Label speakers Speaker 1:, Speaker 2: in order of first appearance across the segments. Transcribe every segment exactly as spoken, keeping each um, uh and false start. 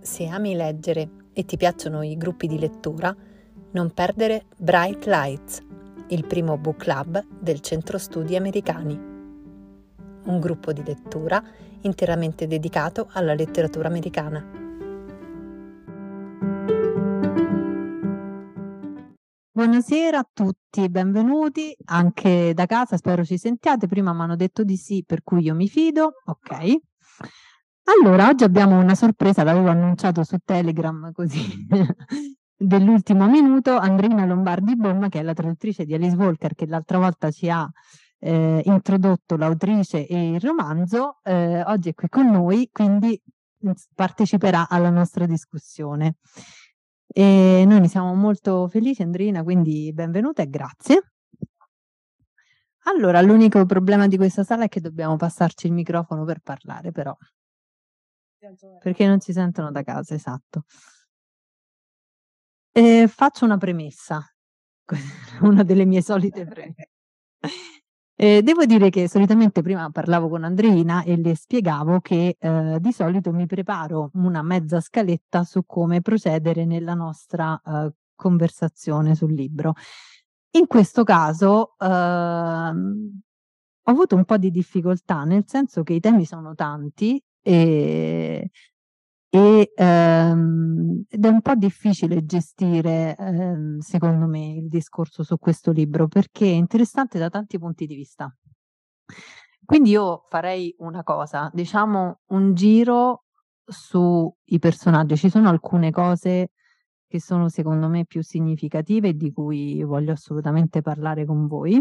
Speaker 1: Se ami leggere e ti piacciono i gruppi di lettura, non perdere Bright Lights, il primo book club del Centro Studi Americani. Un gruppo di lettura interamente dedicato alla letteratura americana.
Speaker 2: Buonasera a tutti, benvenuti anche da casa, spero ci sentiate. Prima mi hanno detto di sì, per cui io mi fido. Ok. Allora, oggi abbiamo una sorpresa, l'avevo annunciato su Telegram così dell'ultimo minuto. Andrina Lombardi Bomma, che è la traduttrice di Alice Walker, che l'altra volta ci ha eh, introdotto l'autrice e il romanzo, eh, oggi è qui con noi, quindi parteciperà alla nostra discussione. E noi ne siamo molto felici, Andrina, quindi benvenuta e grazie. Allora, l'unico problema di questa sala è che dobbiamo passarci il microfono per parlare, però. Perché non si sentono da casa, esatto. E faccio una premessa, una delle mie solite premesse. Eh, devo dire che solitamente prima parlavo con Andreina e le spiegavo che eh, di solito mi preparo una mezza scaletta su come procedere nella nostra eh, conversazione sul libro. In questo caso ehm, ho avuto un po' di difficoltà, nel senso che i temi sono tanti e, e ehm, ed è un po' difficile gestire, ehm, secondo me, il discorso su questo libro, perché è interessante da tanti punti di vista. Quindi io farei una cosa, diciamo un giro sui personaggi. Ci sono alcune cose che sono secondo me più significative e di cui voglio assolutamente parlare con voi.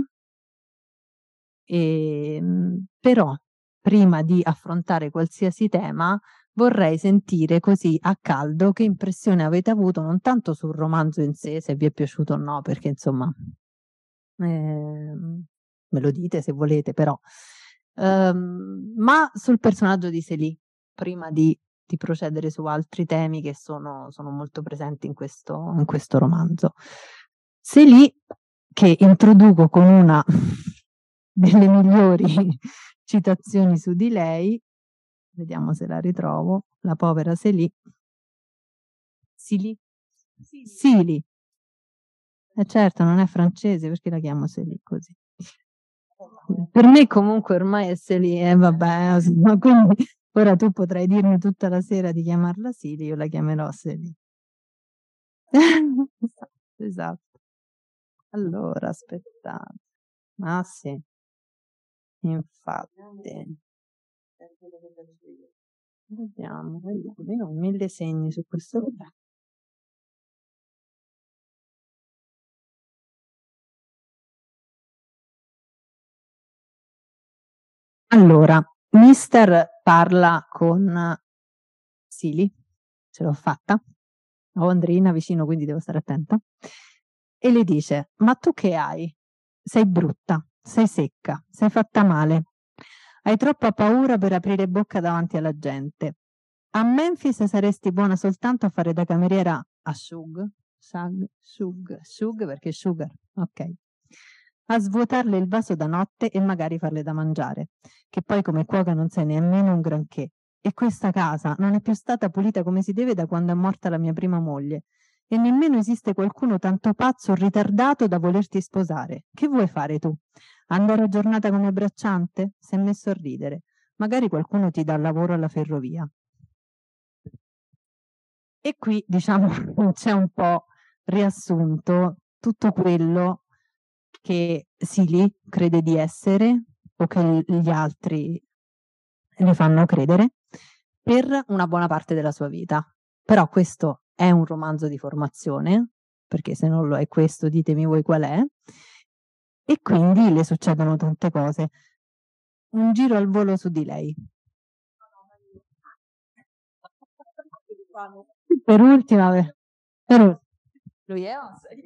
Speaker 2: E, però prima di affrontare qualsiasi tema vorrei sentire così a caldo che impressione avete avuto non tanto sul romanzo in sé, se vi è piaciuto o no, perché insomma eh, me lo dite se volete, però ehm, ma sul personaggio di Célie, prima di, di procedere su altri temi che sono, sono molto presenti in questo, in questo romanzo. Célie, che introduco con una delle migliori citazioni su di lei, vediamo se la ritrovo, la povera Célie. Célie? Célie. Eh certo, non è francese, perché la chiamo Célie così. Per me comunque ormai è Célie, eh, vabbè, quindi ora tu potrai dirmi tutta la sera di chiamarla Célie, io la chiamerò Célie. Esatto. Allora, aspettate. Ah sì. Infatti. Vediamo, vediamo. Io ho mille segni su questo libro. Allora, mister parla con Célie, ce l'ho fatta. Ho Andrina vicino, quindi devo stare attenta. E le dice: ma tu che hai? Sei brutta, sei secca, sei fatta male. Hai troppa paura per aprire bocca davanti alla gente. A Memphis saresti buona soltanto a fare da cameriera a Shug, Shug, Shug, Shug perché Sugar, ok. A svuotarle il vaso da notte e magari farle da mangiare, che poi come cuoca non sei nemmeno un granché. E questa casa non è più stata pulita come si deve da quando è morta la mia prima moglie. E nemmeno esiste qualcuno tanto pazzo o ritardato da volerti sposare. Che vuoi fare tu? Andare a giornata come bracciante? Si è messo a ridere. Magari qualcuno ti dà lavoro alla ferrovia. E qui, diciamo, c'è un po' riassunto tutto quello che Célie crede di essere o che gli altri le fanno credere per una buona parte della sua vita. Però questo è un romanzo di formazione, perché se non lo è questo ditemi voi qual è, e quindi le succedono tante cose. Un giro al volo su di lei. Per ultima, per lui è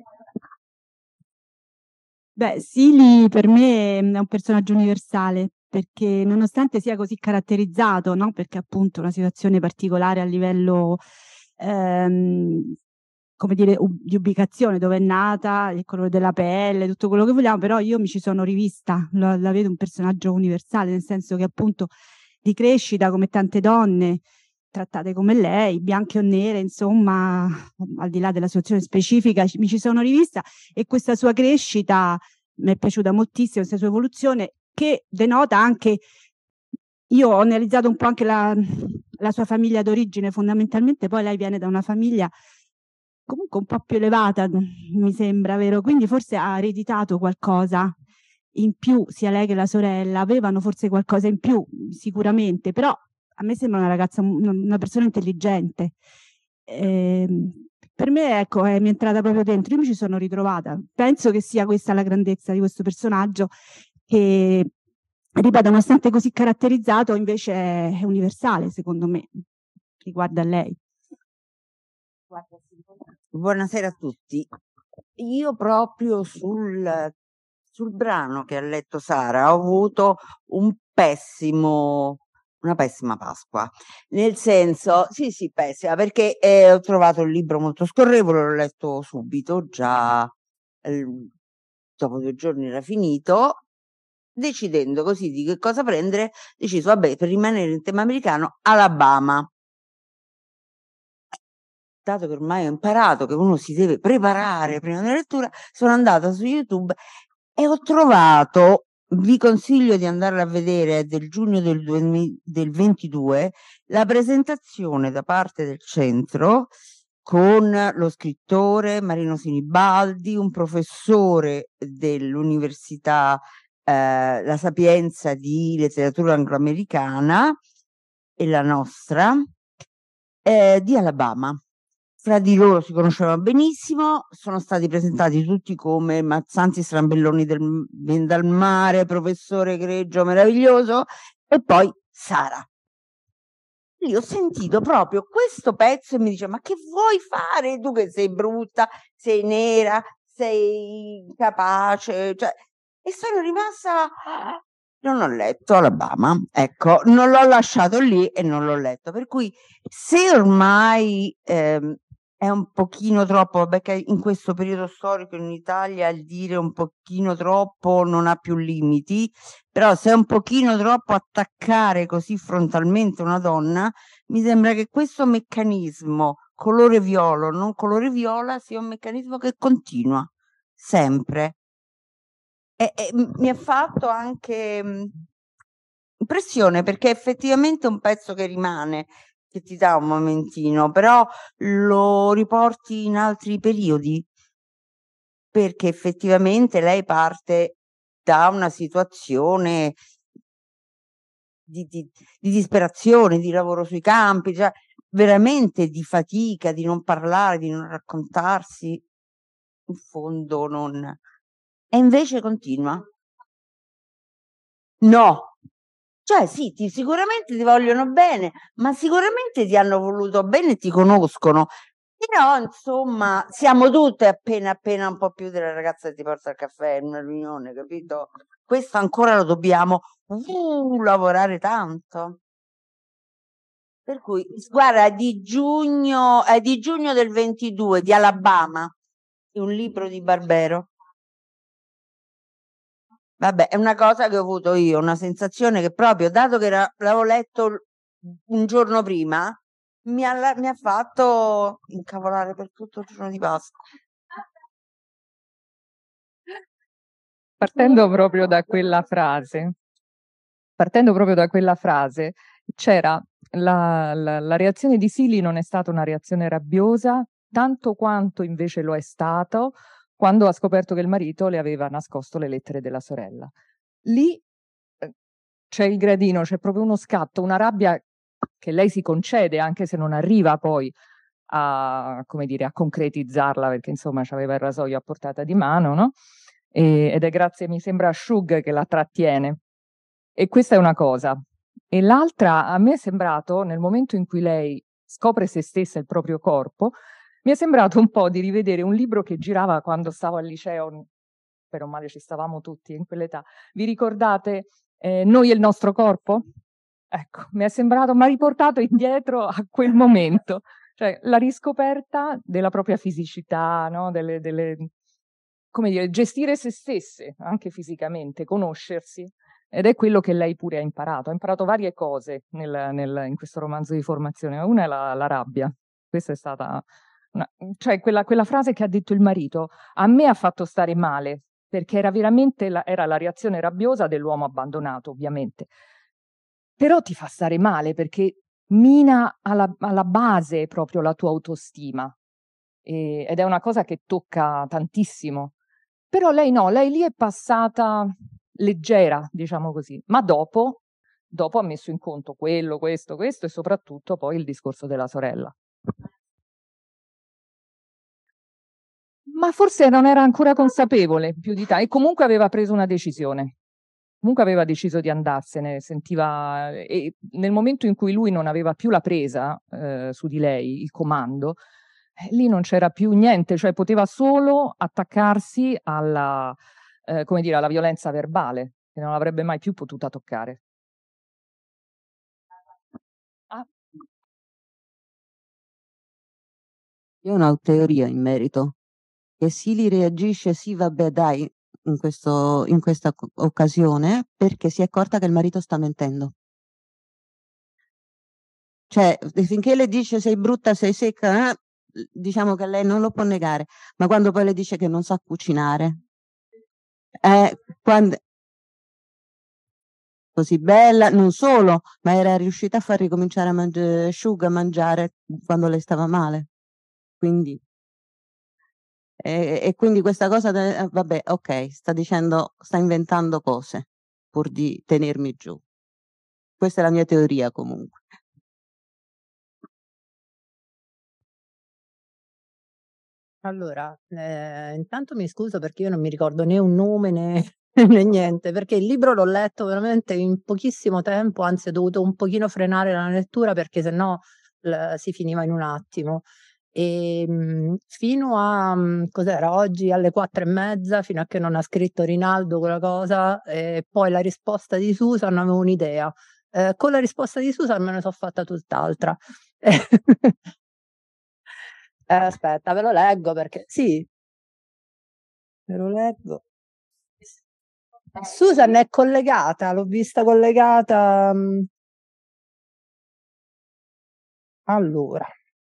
Speaker 3: Beh, Sili per me è un personaggio universale, perché nonostante sia così caratterizzato, no? Perché appunto una situazione particolare a livello ehm, come dire, di ubicazione, dove è nata, il colore della pelle, tutto quello che vogliamo, però io mi ci sono rivista, la, la vedo un personaggio universale, nel senso che appunto di crescita come tante donne trattate come lei, bianche o nere, insomma, al di là della situazione specifica, mi ci sono rivista e questa sua crescita mi è piaciuta moltissimo, questa sua evoluzione che denota anche, io ho analizzato un po' anche la, la sua famiglia d'origine, fondamentalmente poi lei viene da una famiglia comunque un po' più elevata, mi sembra, vero? Quindi forse ha ereditato qualcosa in più, sia lei che la sorella, avevano forse qualcosa in più, sicuramente, però a me sembra una ragazza, una persona intelligente. Eh, per me, ecco, eh, mi è entrata proprio dentro, io mi ci sono ritrovata. Penso che sia questa la grandezza di questo personaggio, che, ripeto, nonostante così caratterizzato, invece è universale, secondo me, riguardo a lei.
Speaker 4: Buonasera a tutti. Io proprio sul, sul brano che ha letto Sara ho avuto un pessimo, una pessima Pasqua, nel senso, sì sì pessima, perché eh, ho trovato il libro molto scorrevole, l'ho letto subito, già eh, dopo due giorni era finito, decidendo così di che cosa prendere, ho deciso, vabbè, per rimanere in tema americano, Alabama. Dato che ormai ho imparato che uno si deve preparare prima della lettura, sono andata su YouTube e ho trovato, vi consiglio di andarla a vedere, è del giugno del, del ventidue, la presentazione da parte del centro con lo scrittore Marino Sinibaldi, un professore dell'Università eh, La Sapienza di letteratura angloamericana e la nostra, eh, di Alabama. Fra di loro si conoscevano benissimo, sono stati presentati tutti come Mazzanti strambelloni del, dal mare, professore egregio meraviglioso, e poi Sara. Io ho sentito proprio questo pezzo e mi dice: ma che vuoi fare tu che sei brutta, sei nera, sei capace? Cioè, e sono rimasta... Non ho letto Alabama, ecco, non l'ho lasciato lì e non l'ho letto. Per cui se ormai ehm, è un pochino troppo, perché in questo periodo storico in Italia il dire un pochino troppo non ha più limiti, però se è un pochino troppo attaccare così frontalmente una donna, mi sembra che questo meccanismo colore viola, non colore viola, sia un meccanismo che continua sempre. E, e mi ha fatto anche mh, impressione, perché effettivamente è un pezzo che rimane, che ti dà un momentino, però lo riporti in altri periodi, perché effettivamente lei parte da una situazione di, di, di disperazione, di lavoro sui campi, cioè veramente di fatica, di non parlare, di non raccontarsi, in fondo non... E invece continua. No, cioè sì, ti, sicuramente ti vogliono bene, ma sicuramente ti hanno voluto bene e ti conoscono. Però, insomma, siamo tutte appena appena un po' più della ragazza che ti porta al caffè in una riunione, capito? Questo ancora lo dobbiamo uh, lavorare tanto. Per cui, guarda, di giugno, è di giugno del ventidue, di Alabama, un libro di Barbero. Vabbè, è una cosa che ho avuto io, una sensazione che proprio, dato che era, l'avevo letto un giorno prima, mi ha, mi ha fatto incavolare per tutto il giorno di Pasqua.
Speaker 5: Partendo proprio da quella frase, partendo proprio da quella frase, c'era la, la, la reazione di Silly non è stata una reazione rabbiosa, tanto quanto invece lo è stato quando ha scoperto che il marito le aveva nascosto le lettere della sorella. Lì eh, c'è il gradino, c'è proprio uno scatto, una rabbia che lei si concede, anche se non arriva poi a, come dire, a concretizzarla, perché insomma c'aveva il rasoio a portata di mano, no? E, ed è grazie, mi sembra, a Shug che la trattiene. E questa è una cosa. E l'altra, a me è sembrato, nel momento in cui lei scopre se stessa, il proprio corpo, mi è sembrato un po' di rivedere un libro che girava quando stavo al liceo, spero male ci stavamo tutti in quell'età. Vi ricordate eh, Noi e il nostro corpo? Ecco, mi è sembrato, mi ha riportato indietro a quel momento. Cioè, la riscoperta della propria fisicità, no? Delle, delle, come dire, gestire se stesse, anche fisicamente, conoscersi. ed è quello che lei pure ha imparato. Ha imparato varie cose nel, nel, in questo romanzo di formazione. Una è la, la rabbia. Questa è stata una, cioè quella, quella frase che ha detto il marito a me ha fatto stare male, perché era veramente la, era la reazione rabbiosa dell'uomo abbandonato, ovviamente. Però ti fa stare male perché mina alla, alla base proprio la tua autostima, e, ed è una cosa che tocca tantissimo. Però lei no, lei lì è passata leggera, diciamo così, ma dopo, dopo ha messo in conto quello, questo, questo e soprattutto poi il discorso della sorella. Ma forse non era ancora consapevole più di tanto, e comunque aveva preso una decisione. Comunque aveva deciso di andarsene, sentiva, e nel momento in cui lui non aveva più la presa eh, su di lei, il comando, eh, lì non c'era più niente, cioè poteva solo attaccarsi alla, eh, come dire, alla violenza verbale, che non avrebbe mai più potuta toccare. Ah.
Speaker 4: Io ho una teoria in merito, che Sili reagisce, sì vabbè dai, in, questo, in questa co- occasione, perché si è accorta che il marito sta mentendo. Cioè, finché le dice sei brutta, sei secca, eh, diciamo che lei non lo può negare, ma quando poi le dice che non sa cucinare, eh, quando, così bella, non solo, ma era riuscita a far ricominciare a mangiare asciuga, a mangiare quando lei stava male. Quindi, e, e quindi questa cosa, de- eh, vabbè, ok, sta dicendo, sta inventando cose pur di tenermi giù. Questa è la mia teoria comunque.
Speaker 2: Allora, eh, intanto mi scuso perché io non mi ricordo né un nome né, né niente, perché il libro l'ho letto veramente in pochissimo tempo, anzi ho dovuto un pochino frenare la lettura perché sennò l- si finiva in un attimo. E mh, fino a mh, cos'era oggi alle quattro e mezza, fino a che non ha scritto Rinaldo quella cosa, e poi la risposta di Susan avevo un'idea. Eh, con la risposta di Susan me ne sono fatta tutt'altra. Eh, aspetta, ve lo leggo perché sì, ve lo leggo. Susan è collegata, l'ho vista collegata. mh, Allora.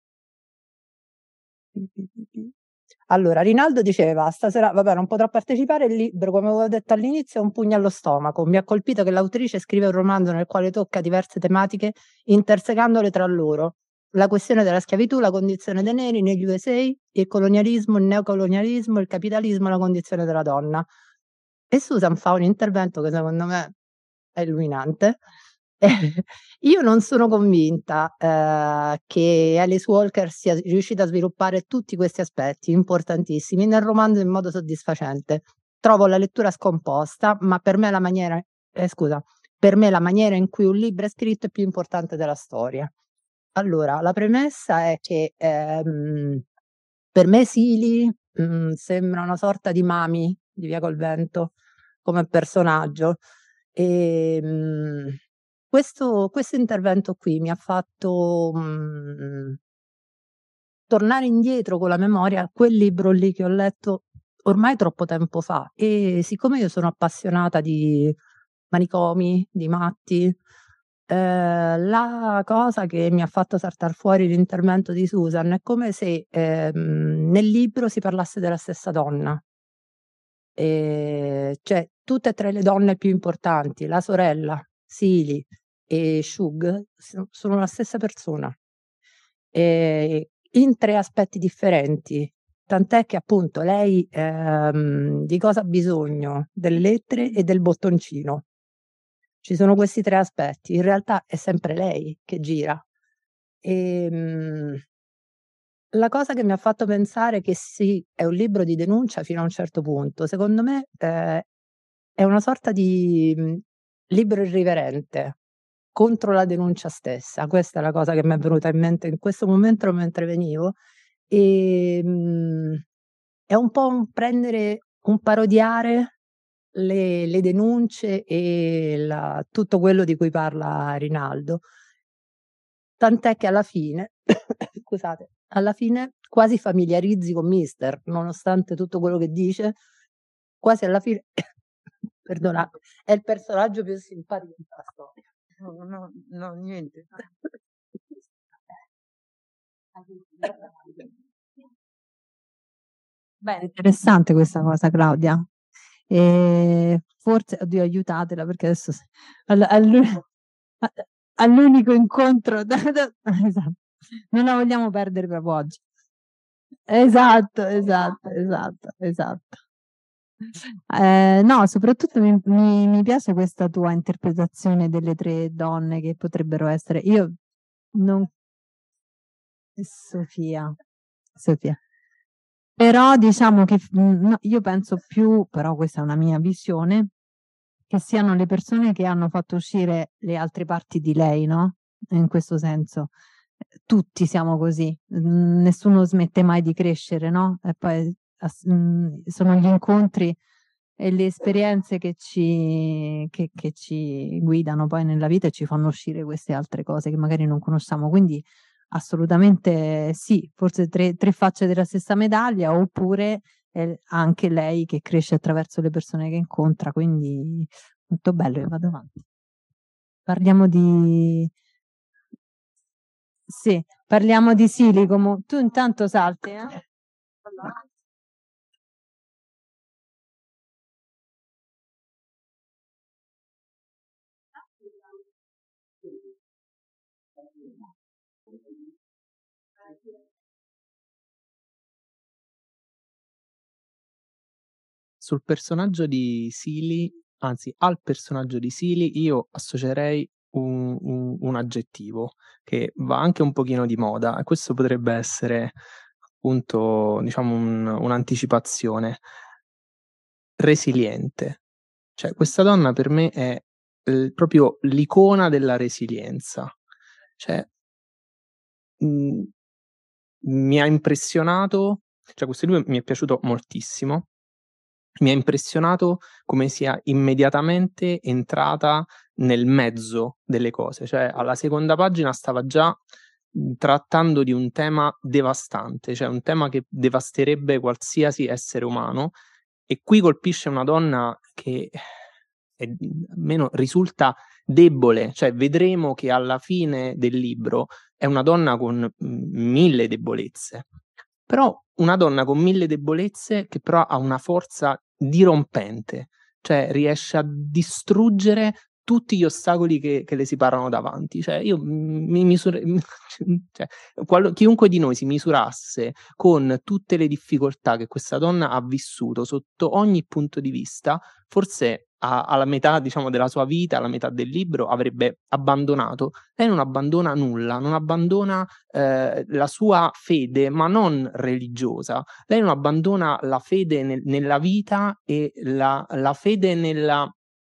Speaker 2: Allora, Rinaldo diceva, stasera, vabbè, non potrò partecipare, il libro, come avevo detto all'inizio, è un pugno allo stomaco. Mi ha colpito che l'autrice scrive un romanzo nel quale tocca diverse tematiche, intersecandole tra loro. La questione della schiavitù, la condizione dei neri negli U S A, il colonialismo, il neocolonialismo, il capitalismo, la condizione della donna. E Susan fa un intervento che secondo me è illuminante. Io non sono convinta, ehm, che Alice Walker sia riuscita a sviluppare tutti questi aspetti importantissimi nel romanzo in modo soddisfacente. Trovo la lettura scomposta, ma per me la maniera ehm, scusa, per me la maniera in cui un libro è scritto è più importante della storia. Allora, la premessa è che, ehm, per me Sili, mhmm, sembra una sorta di Mami di Via col Vento come personaggio. Ehm, questo questo intervento qui mi ha fatto, mhmm, tornare indietro con la memoria a quel libro lì che ho letto ormai troppo tempo fa e siccome io sono appassionata di manicomi, di matti, ehm, la cosa che mi ha fatto saltar fuori l'intervento di Susan è come se, ehm, nel libro si parlasse della stessa donna. Ehm, cioè tutte e tre le donne più importanti, la sorella, Sili e Shug, so sono la stessa persona, ehm, in tre aspetti differenti. Tant'è che appunto lei, ehm, di cosa ha bisogno? Delle lettere e del bottoncino. Ci sono questi tre aspetti. In realtà è sempre lei che gira. Ehm La cosa che mi ha fatto pensare che sì, è un libro di denuncia fino a un certo punto, secondo me, ehm, è una sorta di, mhmm, libro irriverente contro la denuncia stessa. Questa è la cosa che m'è venuta in mente in questo momento mentre venivo. Ehm, è un po' un prendere un parodiare le le denunce e la tutto quello di cui parla Rinaldo. Tant'è che alla fine scusate, alla fine quasi familiarizzi con Mister, nonostante tutto quello che dice, quasi alla fine Perdonate, è il personaggio più simpatico della storia.
Speaker 4: No, no, no, niente.
Speaker 2: Beh, interessante questa cosa, Claudia. E forse, oddio, aiutatela perché adesso se- all- all'u- a- all'unico incontro, da- da- esatto, non la vogliamo perdere proprio oggi. Esatto, esatto, esatto, esatto. Eh, no, soprattutto mi, mi- mi piace questa tua interpretazione delle tre donne che potrebbero essere. Io non. Sofia, Sofia. Però diciamo che mm, no, io penso più, però questa è una mia visione, che siano le persone che hanno fatto uscire le altre parti di lei, no? In questo senso. Tutti siamo così, mm, nessuno smette mai di crescere, no? E poi as- mm, sono gli incontri e le esperienze che ci, che, che ci guidano poi nella vita e ci fanno uscire queste altre cose che magari non conosciamo. Quindi assolutamente sì, forse tre, tre facce della stessa medaglia, oppure è anche lei che cresce attraverso le persone che incontra, quindi molto bello, io vado avanti. Parliamo di. Sì, parliamo di Silicon. Tu intanto salti, eh?
Speaker 6: Sul personaggio di Sili, anzi al personaggio di Sili, io associerei un, un- un aggettivo che va anche un pochino di moda, e questo potrebbe essere appunto, diciamo, un- un'anticipazione. Resiliente. Cioè, questa donna per me è eh, proprio l'icona della resilienza. Cioè, mh, mi ha impressionato, cioè questo libro mi è piaciuto moltissimo. Mi ha impressionato come sia immediatamente entrata nel mezzo delle cose, cioè alla seconda pagina stava già mh, trattando di un tema devastante, cioè un tema che devasterebbe qualsiasi essere umano, e qui colpisce una donna che è, almeno risulta debole, cioè vedremo che alla fine del libro è una donna con mh, mille debolezze, però una donna con mille debolezze che però ha una forza dirompente, cioè riesce a distruggere tutti gli ostacoli che, che le si parano davanti. Cioè io mi misure, cioè, qual- chiunque di noi si misurasse con tutte le difficoltà che questa donna ha vissuto sotto ogni punto di vista, forse a- alla metà, diciamo, della sua vita, alla metà del libro, avrebbe abbandonato. Lei non abbandona nulla, non abbandona eh, la sua fede, ma non religiosa. Lei non abbandona la fede nel- nella vita e la, la fede nella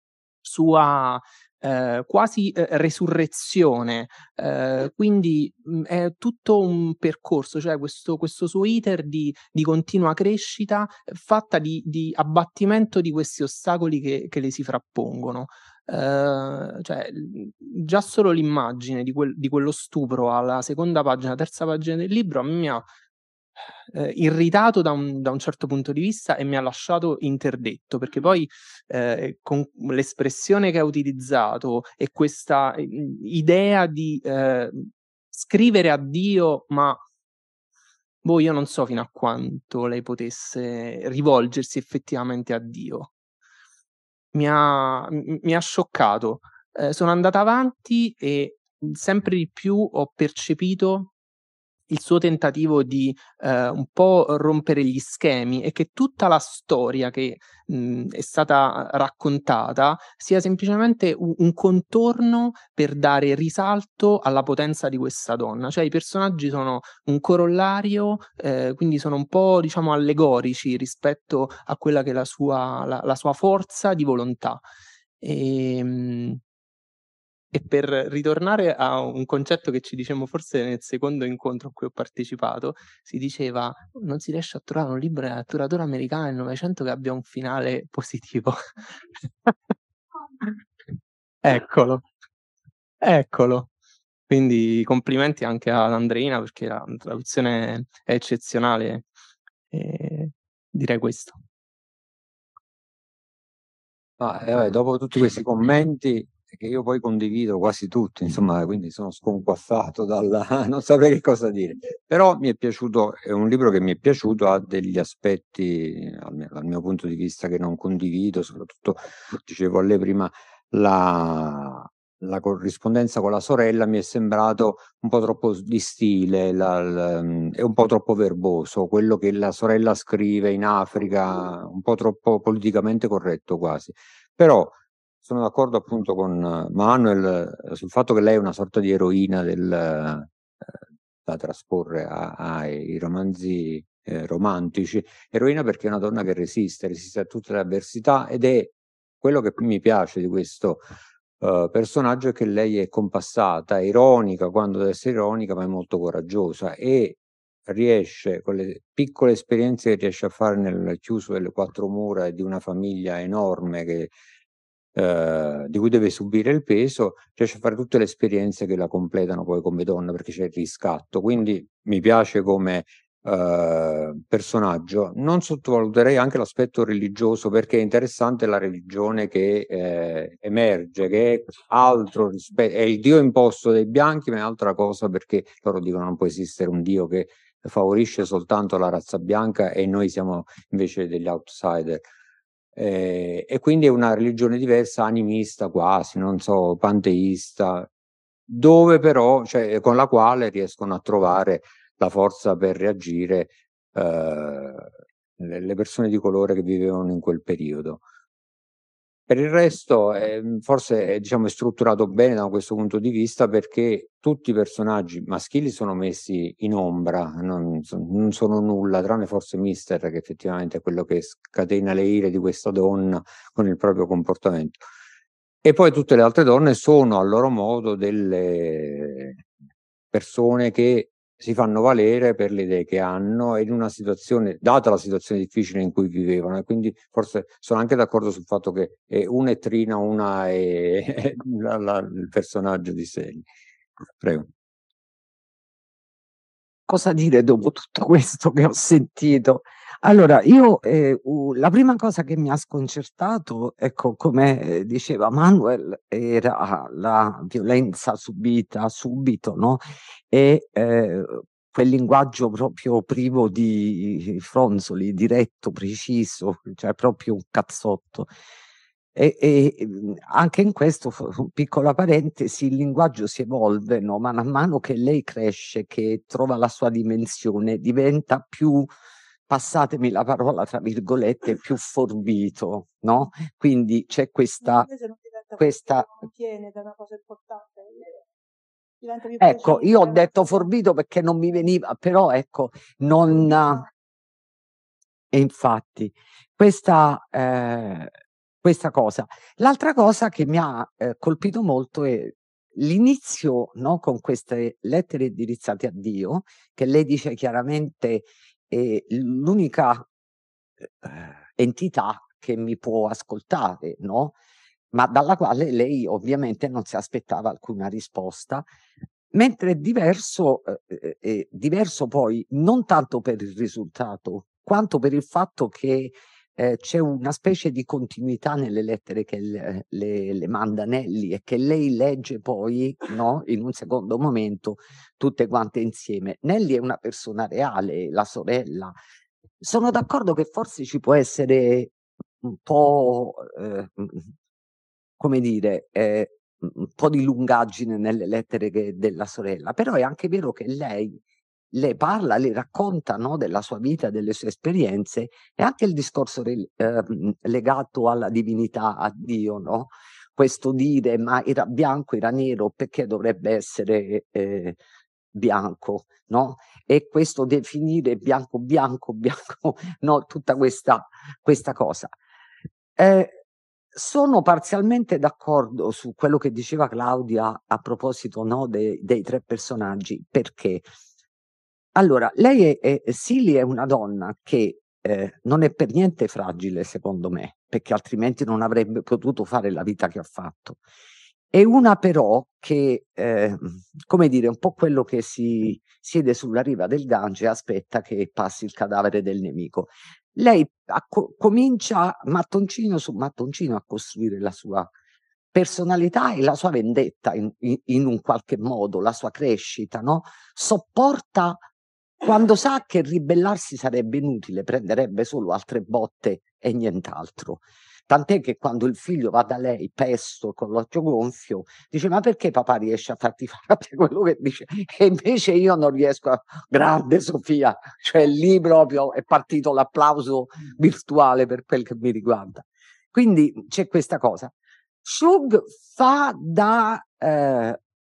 Speaker 6: sua eh, quasi eh, resurrezione. Eh, quindi mh, è tutto un percorso, cioè questo, questo suo iter di, di continua crescita, eh, fatta di, di abbattimento di questi ostacoli che, che le si frappongono. Eh, cioè, già solo l'immagine di, quel, di quello stupro alla seconda pagina, terza pagina del libro, a me mi ha eh, irritato da un, da un certo punto di vista e mi ha lasciato interdetto, perché poi eh, con l'espressione che ha utilizzato e questa eh, idea di eh, scrivere a Dio, ma boh, io non so fino a quanto lei potesse rivolgersi effettivamente a Dio. Mi ha, m- mi ha scioccato. Eh, sono andata avanti e sempre di più ho percepito il suo tentativo di eh, un po' rompere gli schemi, e che tutta la storia che mh, è stata raccontata sia semplicemente un, un contorno per dare risalto alla potenza di questa donna. Cioè i personaggi sono un corollario, eh, quindi sono un po', diciamo, allegorici rispetto a quella che è la sua, la, la sua forza di volontà. E, mh, e per ritornare a un concetto che ci dicemmo forse nel secondo incontro a cui ho partecipato, si diceva non si riesce a trovare un libro di letteratura americana del Novecento che abbia un finale positivo. Eccolo, eccolo. Quindi complimenti anche ad Andreina perché la traduzione è eccezionale, e direi questo.
Speaker 7: Ah, eh, vabbè, dopo tutti questi commenti, che io poi condivido quasi tutti, insomma, quindi sono sconquassato dalla non saprei che cosa dire. Però mi è piaciuto, è un libro che mi è piaciuto, ha degli aspetti, dal mio, dal mio punto di vista, che non condivido, soprattutto, dicevo a lei prima, la, la corrispondenza con la sorella mi è sembrato un po' troppo di stile, la, la, è un po' troppo verboso, quello che la sorella scrive in Africa, un po' troppo politicamente corretto quasi. Però sono d'accordo appunto con Manuel eh, sul fatto che lei è una sorta di eroina del, eh, da trasporre a- ai romanzi eh, romantici, eroina perché è una donna che resiste, resiste a tutte le avversità, ed è quello che mi piace di questo eh, personaggio, è che lei è compassata, è ironica quando deve essere ironica, ma è molto coraggiosa e riesce, con le piccole esperienze che riesce a fare nel chiuso delle quattro mura e di una famiglia enorme che eh, di cui deve subire il peso, riesce a fare tutte le esperienze che la completano poi come donna, perché c'è il riscatto. Quindi mi piace come eh, personaggio. Non sottovaluterei anche l'aspetto religioso, perché è interessante la religione che eh, emerge, che è altro rispetto, è il Dio imposto dai bianchi, ma è altra cosa, perché loro dicono non può esistere un Dio che favorisce soltanto la razza bianca e noi siamo invece degli outsider. Eh, e quindi è una religione diversa, animista quasi, non so, panteista, dove però, cioè, con la quale riescono a trovare la forza per reagire eh, le le persone di colore che vivevano in quel periodo. Per il resto, ehm, forse è, diciamo, è strutturato bene da questo punto di vista, perché tutti i personaggi maschili sono messi in ombra, non, so- non sono nulla, tranne forse Mister, che effettivamente è quello che scatena le ire di questa donna con il proprio comportamento. E poi tutte le altre donne sono a loro modo delle persone che si fanno valere per le idee che hanno, e in una situazione, data la situazione difficile in cui vivevano, e quindi forse sono anche d'accordo sul fatto che eh, una è Trina, una è la- la- il personaggio di Sally. Prego.
Speaker 8: Cosa dire dopo tutto questo che ho sentito? Allora, io eh, u- la prima cosa che mi ha sconcertato, ecco, come eh, diceva Manuel, era la violenza subita subito, no? E eh, quel linguaggio proprio privo di fronzoli, diretto, preciso, cioè proprio un cazzotto. E, e, mh, anche in questo, fo- un piccola parentesi, il linguaggio si evolve, no? Man mano che lei cresce, che trova la sua dimensione, diventa più, passatemi la parola tra virgolette, più forbito, no? Quindi c'è questa, questa, ecco, io ho detto forbito perché non mi veniva, però ecco, non, e infatti, questa, eh, questa cosa. L'altra cosa che mi ha eh, colpito molto è l'inizio, no, con queste lettere indirizzate a Dio, che lei dice chiaramente è l'unica eh, entità che mi può ascoltare, no? Ma dalla quale lei ovviamente non si aspettava alcuna risposta, mentre è diverso, eh, eh, eh, diverso poi non tanto per il risultato, quanto per il fatto che eh, c'è una specie di continuità nelle lettere che le, le, le manda Nelly, e che lei legge poi, no, in un secondo momento tutte quante insieme. Nelly è una persona reale, la sorella. Sono d'accordo che forse ci può essere un po', eh, come dire, eh, un po' di lungaggine nelle lettere che- della sorella, però è anche vero che lei le parla, le racconta, no, della sua vita, delle sue esperienze, e anche il discorso re- ehm, legato alla divinità, a Dio, no? Questo dire, ma era bianco, era nero, perché dovrebbe essere eh, bianco, no? E questo definire bianco, bianco, bianco, no? Tutta questa, questa cosa. Eh, sono parzialmente d'accordo su quello che diceva Claudia a proposito, no, de- dei tre personaggi, perché allora lei è, è, Silly è una donna che eh, non è per niente fragile, secondo me, perché altrimenti non avrebbe potuto fare la vita che ha fatto. È una però che, eh, come dire, un po' quello che si siede sulla riva del Gange e aspetta che passi il cadavere del nemico. lei a co- comincia mattoncino su mattoncino a costruire la sua personalità e la sua vendetta in, in- in un qualche modo, la sua crescita, no? Sopporta quando sa che ribellarsi sarebbe inutile, prenderebbe solo altre botte e nient'altro. Tant'è che quando il figlio va da lei, pesto, con l'occhio gonfio, dice: ma perché papà riesce a farti fare quello che dice? E invece io non riesco a... Grande Sofia, cioè lì proprio è partito l'applauso virtuale per quel che mi riguarda. Quindi c'è questa cosa. Shug fa da... Eh,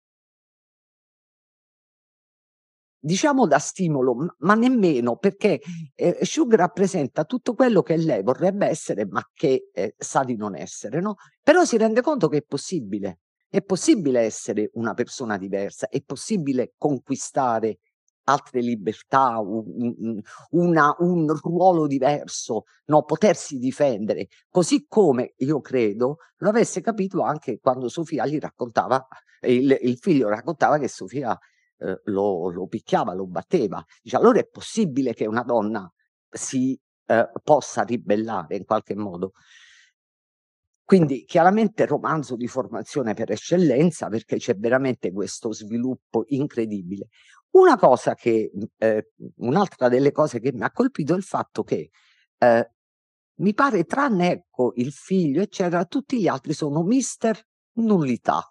Speaker 8: diciamo da stimolo, m- ma nemmeno, perché eh, Shug rappresenta tutto quello che lei vorrebbe essere, ma che eh, sa di non essere, no? Però si rende conto che è possibile, è possibile essere una persona diversa, è possibile conquistare altre libertà, un, un- una- un ruolo diverso, no? Potersi difendere, così come io credo lo avesse capito anche quando Sofia gli raccontava, il, il figlio raccontava che Sofia eh, lo, lo picchiava, lo batteva. Dice, allora è possibile che una donna si eh, possa ribellare in qualche modo. Quindi chiaramente romanzo di formazione per eccellenza, perché c'è veramente questo sviluppo incredibile. Una cosa che, eh, un'altra delle cose che mi ha colpito è il fatto che eh, mi pare, tranne ecco il figlio, eccetera, tutti gli altri sono mister nullità.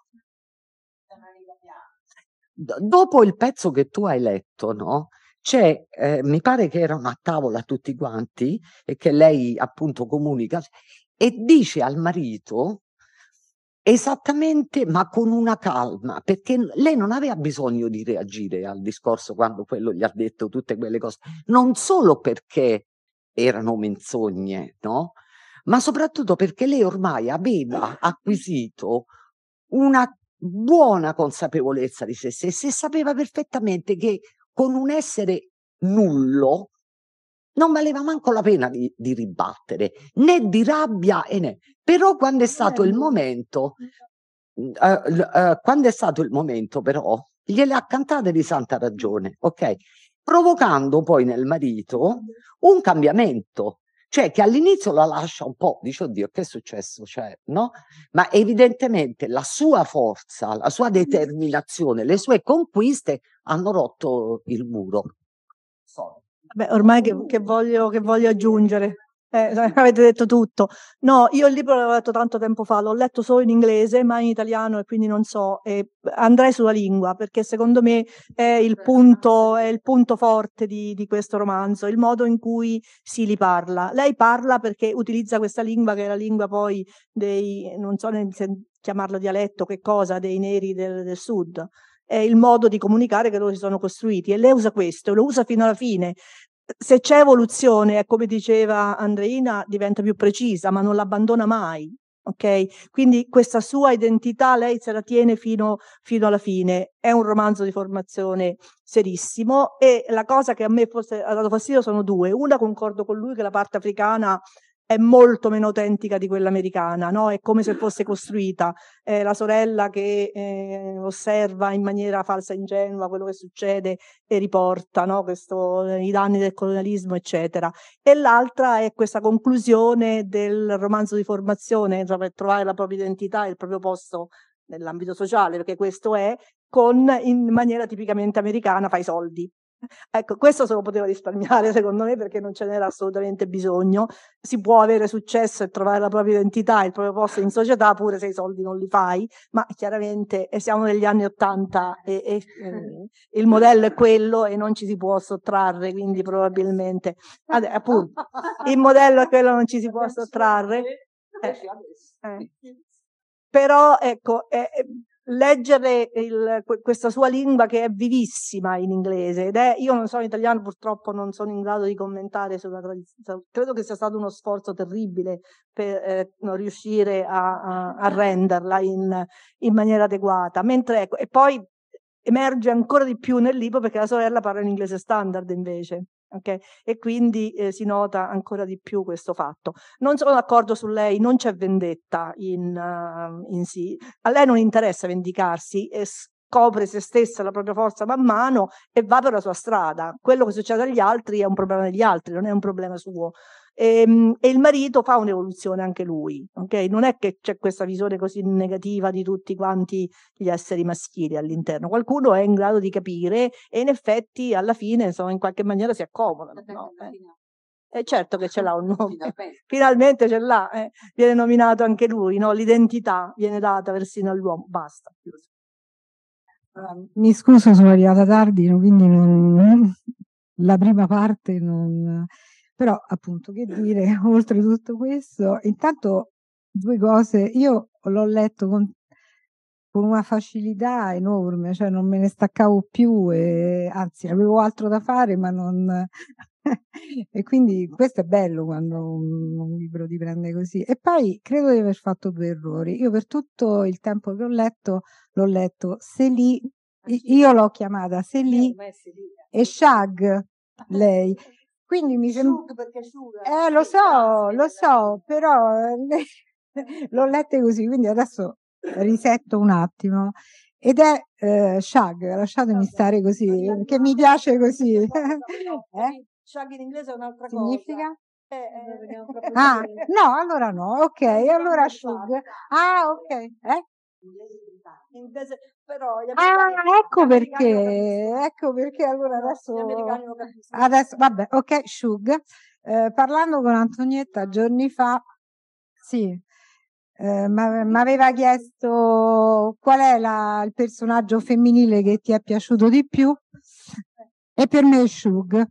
Speaker 8: D- dopo il pezzo che tu hai letto, no? C'è, eh, mi pare che erano a tavola tutti quanti e che lei appunto comunica e dice al marito esattamente, ma con una calma, perché lei non aveva bisogno di reagire al discorso quando quello gli ha detto tutte quelle cose, non solo perché erano menzogne, no? Ma soprattutto perché lei ormai aveva acquisito una buona consapevolezza di se stessa e sapeva perfettamente che con un essere nullo non valeva manco la pena di, di ribattere, né di rabbia, e né. Però quando è stato il momento, eh, l- eh, quando è stato il momento però, gliele ha cantate di santa ragione, ok? Provocando poi nel marito un cambiamento, cioè che all'inizio la lascia un po', dice oddio che è successo, cioè, no? Ma evidentemente la sua forza, la sua determinazione, le sue conquiste hanno rotto il muro.
Speaker 9: Beh, ormai che, che voglio, che voglio aggiungere? Eh, avete detto tutto. No, io il libro l'avevo letto tanto tempo fa, l'ho letto solo in inglese, mai in italiano e quindi non so. E andrei sulla lingua perché secondo me è il punto, è il punto forte di, di questo romanzo, il modo in cui si li parla. Lei parla perché utilizza questa lingua che è la lingua poi dei, non so se chiamarlo dialetto, che cosa, dei neri del, del sud. È il modo di comunicare che loro si sono costruiti e lei usa questo, lo usa fino alla fine. Se c'è evoluzione, come diceva Andreina, diventa più precisa, ma non l'abbandona mai. Ok? Quindi questa sua identità lei se la tiene fino, fino alla fine. È un romanzo di formazione serissimo e la cosa che a me forse ha dato fastidio sono due. Una, concordo con lui che la parte africana è molto meno autentica di quella americana, no? È come se fosse costruita. Eh, la sorella che eh, osserva in maniera falsa e ingenua quello che succede e riporta, no? Questo, i danni del colonialismo, eccetera. E l'altra è questa conclusione del romanzo di formazione, cioè per trovare la propria identità e il proprio posto nell'ambito sociale, perché questo è, con in maniera tipicamente americana, fai soldi. Ecco, questo se lo poteva risparmiare secondo me perché non ce n'era assolutamente bisogno. Si può avere successo e trovare la propria identità, il proprio posto in società pure se i soldi non li fai, ma chiaramente eh, siamo negli anni Ottanta e, e eh, il modello è quello e non ci si può sottrarre, quindi probabilmente Ade- appunto il modello è quello, non ci si può sottrarre. Eh, eh. Però ecco, eh, leggere il, questa sua lingua che è vivissima in inglese ed è, io non sono italiano, purtroppo non sono in grado di commentare sulla tradizione, credo che sia stato uno sforzo terribile per eh, non riuscire a, a, a renderla in, in maniera adeguata, mentre ecco, e poi emerge ancora di più nel libro perché la sorella parla in inglese standard invece. Okay? E quindi eh, si nota ancora di più questo fatto. Non sono d'accordo su lei, non c'è vendetta in, uh, in sì. A lei non interessa vendicarsi, e scopre se stessa, la propria forza man mano e va per la sua strada. Quello che succede agli altri è un problema degli altri, non è un problema suo. E, e il marito fa un'evoluzione anche lui, ok? Non è che c'è questa visione così negativa di tutti quanti gli esseri maschili all'interno. Qualcuno è in grado di capire e in effetti alla fine, insomma, in qualche maniera si accomodano, no? Eh? E certo che ce l'ha un nome, finalmente, finalmente ce l'ha, eh. Viene nominato anche lui, no? L'identità viene data persino all'uomo, basta.
Speaker 10: Uh, mi scuso, sono arrivata tardi, no? Quindi non, la prima parte non... Però appunto, che dire, oltre tutto questo, intanto due cose, io l'ho letto con, con una facilità enorme, cioè non me ne staccavo più, e anzi avevo altro da fare, ma non... e quindi questo è bello quando un, un libro ti prende così. E poi credo di aver fatto due errori. Io per tutto il tempo che ho letto, l'ho letto Célie, io l'ho chiamata Célie e Shag, lei. Quindi mi sembra... Eh, lo so, lo so, però l'ho letta così, quindi adesso risetto un attimo. Ed è eh, Shag, lasciatemi stare così, che mi piace così. Eh?
Speaker 9: Shag in inglese è un'altra cosa.
Speaker 10: Significa?
Speaker 9: Eh, eh,
Speaker 10: ah, no, allora no, ok, allora Shug. Ah, ok. Eh?
Speaker 9: Inglese, però
Speaker 10: ah, ecco perché, ecco perché allora adesso, adesso vabbè, ok, Shug. Eh, parlando con Antonietta giorni fa, sì, eh, mi aveva chiesto qual è la, il personaggio femminile che ti è piaciuto di più, e per me è Shug.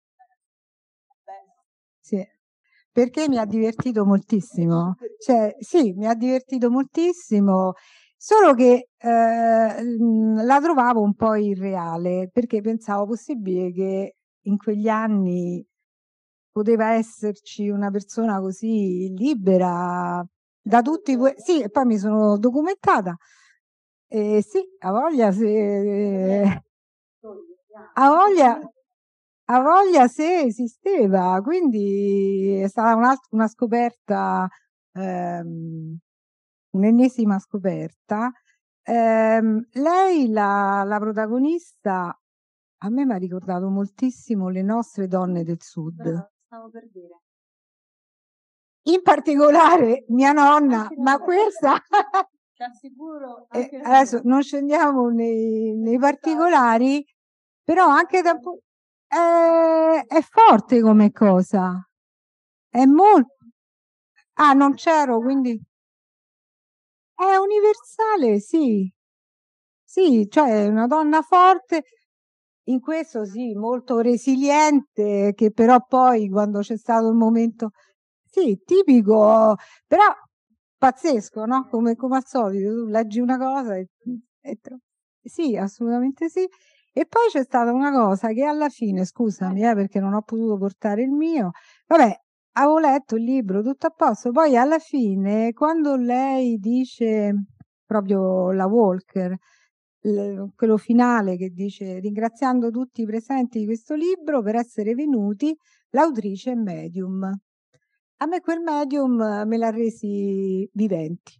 Speaker 10: Sì, perché mi ha divertito moltissimo, cioè sì, mi ha divertito moltissimo, solo che eh, la trovavo un po' irreale, perché pensavo possibile che in quegli anni poteva esserci una persona così libera da tutti que- sì, e poi mi sono documentata e sì, a voglia se a voglia a voglia se esisteva, quindi è stata una, una scoperta, ehm, un'ennesima scoperta. Ehm, lei, la, la protagonista, a me mi ha ricordato moltissimo Le nostre donne del sud.
Speaker 3: Stavo per dire.
Speaker 10: In particolare mia nonna, ma questa...
Speaker 3: Ti assicuro.
Speaker 10: eh, adesso non scendiamo nei, nei particolari, però anche da... È, è forte come cosa, è molto... Ah, non c'ero, quindi... È universale, sì. Sì, cioè è una donna forte, in questo sì, molto resiliente, che però poi quando c'è stato il momento... Sì, tipico, però pazzesco, no? Come, come al solito, tu leggi una cosa e... e sì, assolutamente sì. E poi c'è stata una cosa che alla fine, scusami, eh, perché non ho potuto portare il mio, vabbè, avevo letto il libro, tutto a posto, poi alla fine, quando lei dice, proprio la Walker, quello finale che dice ringraziando tutti i presenti di questo libro per essere venuti, l'autrice è medium. A me quel medium me l'ha resi viventi,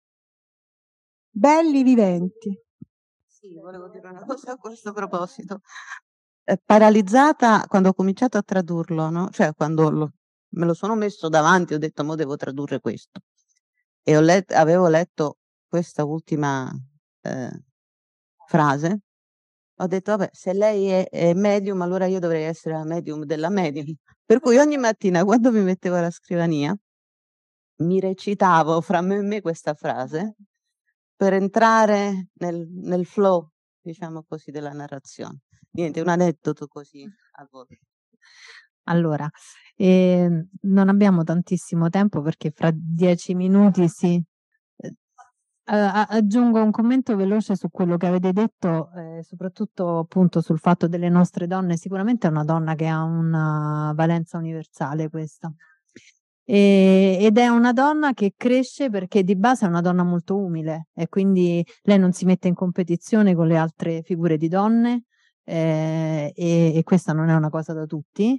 Speaker 10: belli viventi.
Speaker 4: Sì, volevo dire una cosa a questo proposito. Eh, paralizzata quando ho cominciato a tradurlo, no? Cioè quando lo, me lo sono messo davanti, ho detto mo devo tradurre questo. E ho let, avevo letto questa ultima eh, frase, ho detto vabbè, se lei è, è medium, allora io dovrei essere la medium della medium. Per cui ogni mattina quando mi mettevo alla scrivania mi recitavo fra me e me questa frase per entrare nel, nel flow, diciamo così, della narrazione. Niente, un aneddoto così a voi.
Speaker 2: Allora, eh, non abbiamo tantissimo tempo perché fra dieci minuti si... Eh, aggiungo un commento veloce su quello che avete detto, eh, soprattutto appunto sul fatto delle nostre donne. Sicuramente è una donna che ha una valenza universale questa. E, ed è una donna che cresce perché di base è una donna molto umile e quindi lei non si mette in competizione con le altre figure di donne, eh, e, e questa non è una cosa da tutti.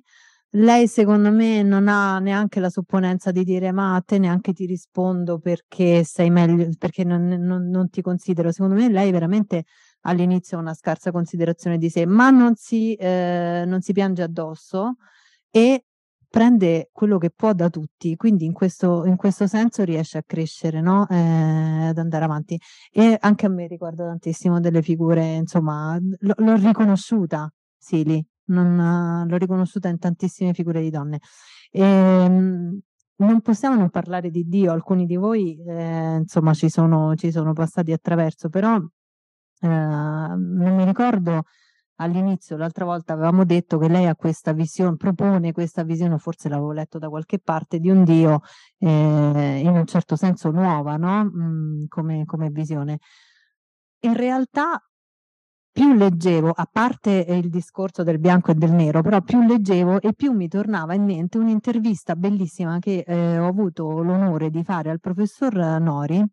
Speaker 2: lei secondo me non ha neanche la supponenza di dire ma a te neanche ti rispondo perché sei meglio, perché non, non- non ti considero. Secondo me lei veramente all'inizio ha una scarsa considerazione di sé, ma non si, eh, non si piange addosso e prende quello che può da tutti, quindi in questo, in questo senso riesce a crescere, no? Eh, ad andare avanti. E anche a me ricorda tantissimo delle figure, insomma, l- l'ho riconosciuta, Sili, non, eh, l'ho riconosciuta in tantissime figure di donne. Ehm, non possiamo non parlare di Dio, alcuni di voi, eh, insomma, ci sono, ci sono passati attraverso, però eh, non mi ricordo all'inizio, l'altra volta avevamo detto che lei ha questa visione, propone questa visione, forse l'avevo letto da qualche parte, di un Dio eh, in un certo senso nuova, no? Mm, come, come visione. In realtà più leggevo, a parte il discorso del bianco e del nero, però più leggevo e più mi tornava in mente un'intervista bellissima che eh, ho avuto l'onore di fare al professor Nori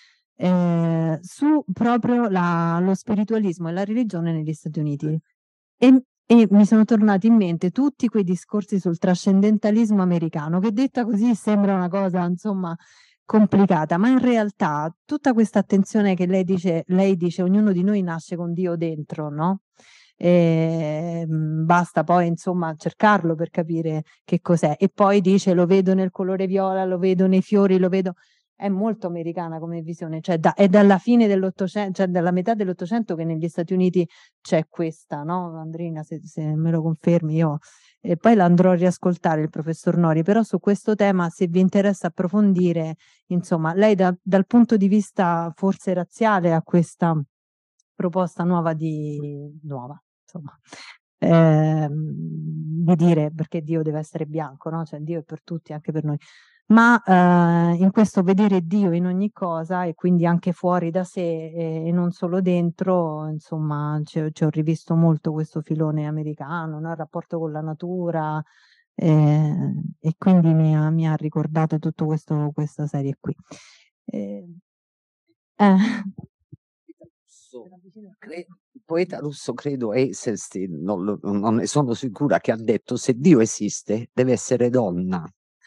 Speaker 2: eh, su proprio la- lo spiritualismo e la religione negli Stati Uniti. E, e mi sono tornati in mente tutti quei discorsi sul trascendentalismo americano, che detta così sembra una cosa, insomma, complicata, ma in realtà tutta questa attenzione che lei dice, lei dice, ognuno di noi nasce con Dio dentro, no? E, mh, basta poi insomma cercarlo per capire che cos'è. E poi dice lo vedo nel colore viola, lo vedo nei fiori, lo vedo. È molto americana come visione, cioè da, è dalla fine dell'Ottocento, cioè dalla metà dell'Ottocento che negli Stati Uniti c'è questa, no? Andrina, se, se me lo confermi, io e poi la andrò a riascoltare il professor Nori, però su questo tema, se vi interessa approfondire, insomma, lei da, dal punto di vista forse razziale ha questa proposta nuova di nuova, insomma, ehm, di dire perché Dio deve essere bianco, no? Cioè Dio è per tutti, anche per noi. Ma eh, in questo vedere Dio in ogni cosa e quindi anche fuori da sé e, e non solo dentro, insomma, ci, ci ho rivisto molto questo filone americano, no? Il rapporto con la natura eh, e quindi mi ha, mi ha ricordato tutto questo, questa serie qui. Eh, eh.
Speaker 8: Cre- il poeta russo, credo Eisenstein, non, lo- non ne sono sicura, che ha detto se Dio esiste deve essere donna.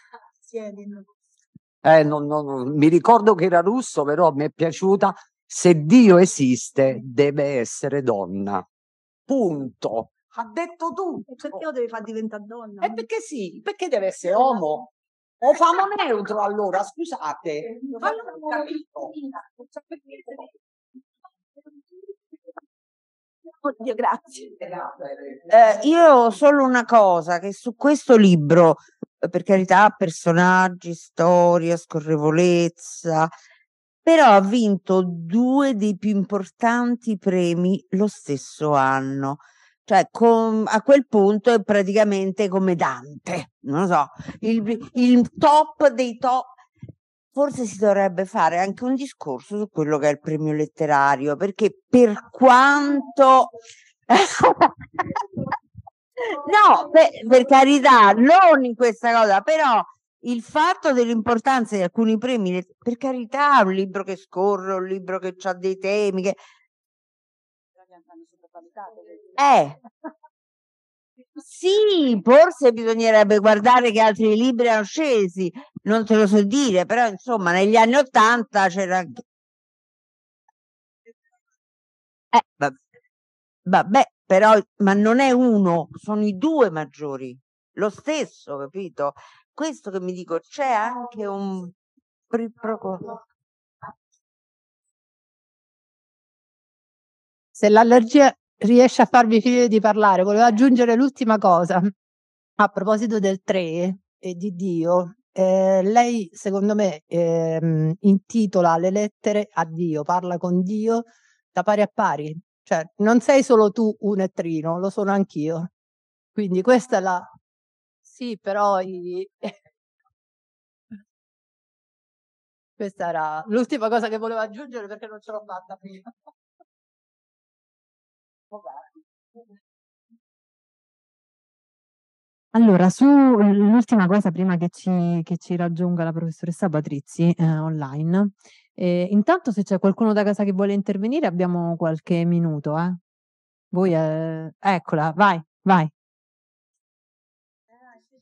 Speaker 8: Eh, non, non- non- mi ricordo che era russo, però mi è piaciuta. Se Dio esiste deve essere donna. Punto. Ha detto tutto.
Speaker 9: Perché lo devi far diventare donna?
Speaker 8: E perché sì? Perché deve essere uomo? O famo neutro allora, scusate. Ma non ho capito.
Speaker 9: Oddio, grazie.
Speaker 4: Eh, io ho solo una cosa, che su questo libro, eh, per carità, personaggi, storia, scorrevolezza, però ha vinto due dei più importanti premi lo stesso anno. Cioè, con- a quel punto è praticamente come Dante, non lo so, il, il top dei top. Forse si dovrebbe fare anche un discorso su quello che è il premio letterario, perché per quanto no, per, per carità, non in questa cosa, però il fatto dell'importanza di alcuni premi, let- per carità, un libro che scorre, un libro che ha dei temi, che eh, sì, forse bisognerebbe guardare che altri libri hanno scesi, non te lo so dire, però insomma negli anni Ottanta c'era anche. Eh, va- vabbè, però, ma non è uno, sono i due maggiori, lo stesso, capito? Questo che mi dico, c'è anche un pri- pro quo.
Speaker 11: Se l'allergia riesce a farvi finire di parlare, volevo aggiungere l'ultima cosa. A proposito del tre e di Dio, eh, lei secondo me ehm, intitola le lettere a Dio, parla con Dio da pari a pari. Cioè, non sei solo tu un ettrino, lo sono anch'io. Quindi questa è la. Sì, però i- questa era l'ultima cosa che volevo aggiungere perché non ce l'ho fatta prima.
Speaker 2: Allora, sull'ultima cosa prima che ci, che ci raggiunga la professoressa Patrizzi eh, online, eh, intanto se c'è qualcuno da casa che vuole intervenire abbiamo qualche minuto, eh. Voi, eh, eccola, vai, vai.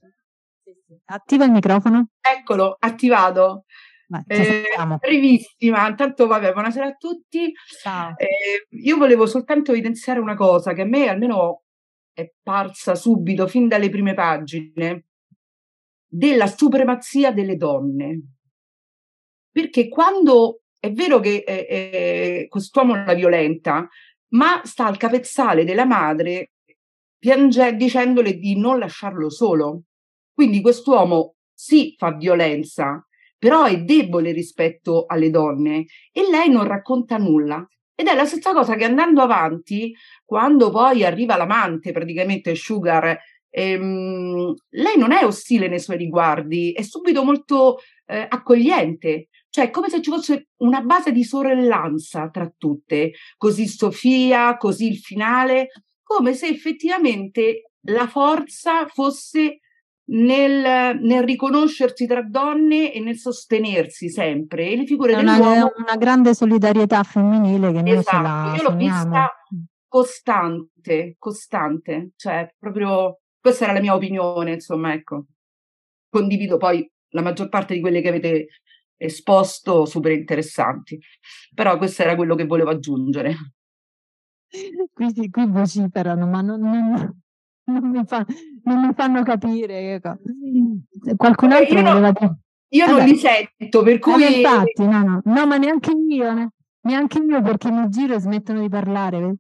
Speaker 2: Attiva il microfono.
Speaker 12: Eccolo, attivato.
Speaker 2: Vai,
Speaker 12: Eh, brevissima, intanto vabbè, buonasera a tutti.
Speaker 2: Ciao.
Speaker 12: Eh, io volevo soltanto evidenziare una cosa che a me almeno è parsa subito, fin dalle prime pagine, della supremazia delle donne. Perché quando è vero che eh, eh, quest'uomo la violenta, ma sta al capezzale della madre piange, dicendole di non lasciarlo solo. Quindi quest'uomo sì fa violenza, però è debole rispetto alle donne e lei non racconta nulla. Ed è la stessa cosa che andando avanti, quando poi arriva l'amante, praticamente Sugar, ehm, lei non è ostile nei suoi riguardi, è subito molto eh, accogliente. Cioè, è come se ci fosse una base di sorellanza tra tutte, così Sofia, così il finale, come se effettivamente la forza fosse nel, nel riconoscersi tra donne e nel sostenersi sempre. E le figure
Speaker 2: È una,
Speaker 12: dell'uomo...
Speaker 2: una grande solidarietà femminile che noi ce
Speaker 12: Esatto,
Speaker 2: la
Speaker 12: io l'ho
Speaker 2: sogniamo.
Speaker 12: vista costante, costante, cioè proprio questa era la mia opinione, insomma, ecco. Condivido poi la maggior parte di quelle che avete esposto, super interessanti, però questo era quello che volevo aggiungere.
Speaker 2: Qui, sì, qui vociferano, ma non, non, non, mi fa, non mi fanno capire. Qualcun
Speaker 12: Vabbè,
Speaker 2: altro
Speaker 12: io
Speaker 2: voleva
Speaker 12: no,
Speaker 2: dire.
Speaker 12: io non
Speaker 2: Vabbè.
Speaker 12: li sento, per
Speaker 2: Eh,
Speaker 12: cui...
Speaker 2: infatti, no, no, no, ma neanche io, ne- neanche io perché mi giro e smettono di parlare. vedi?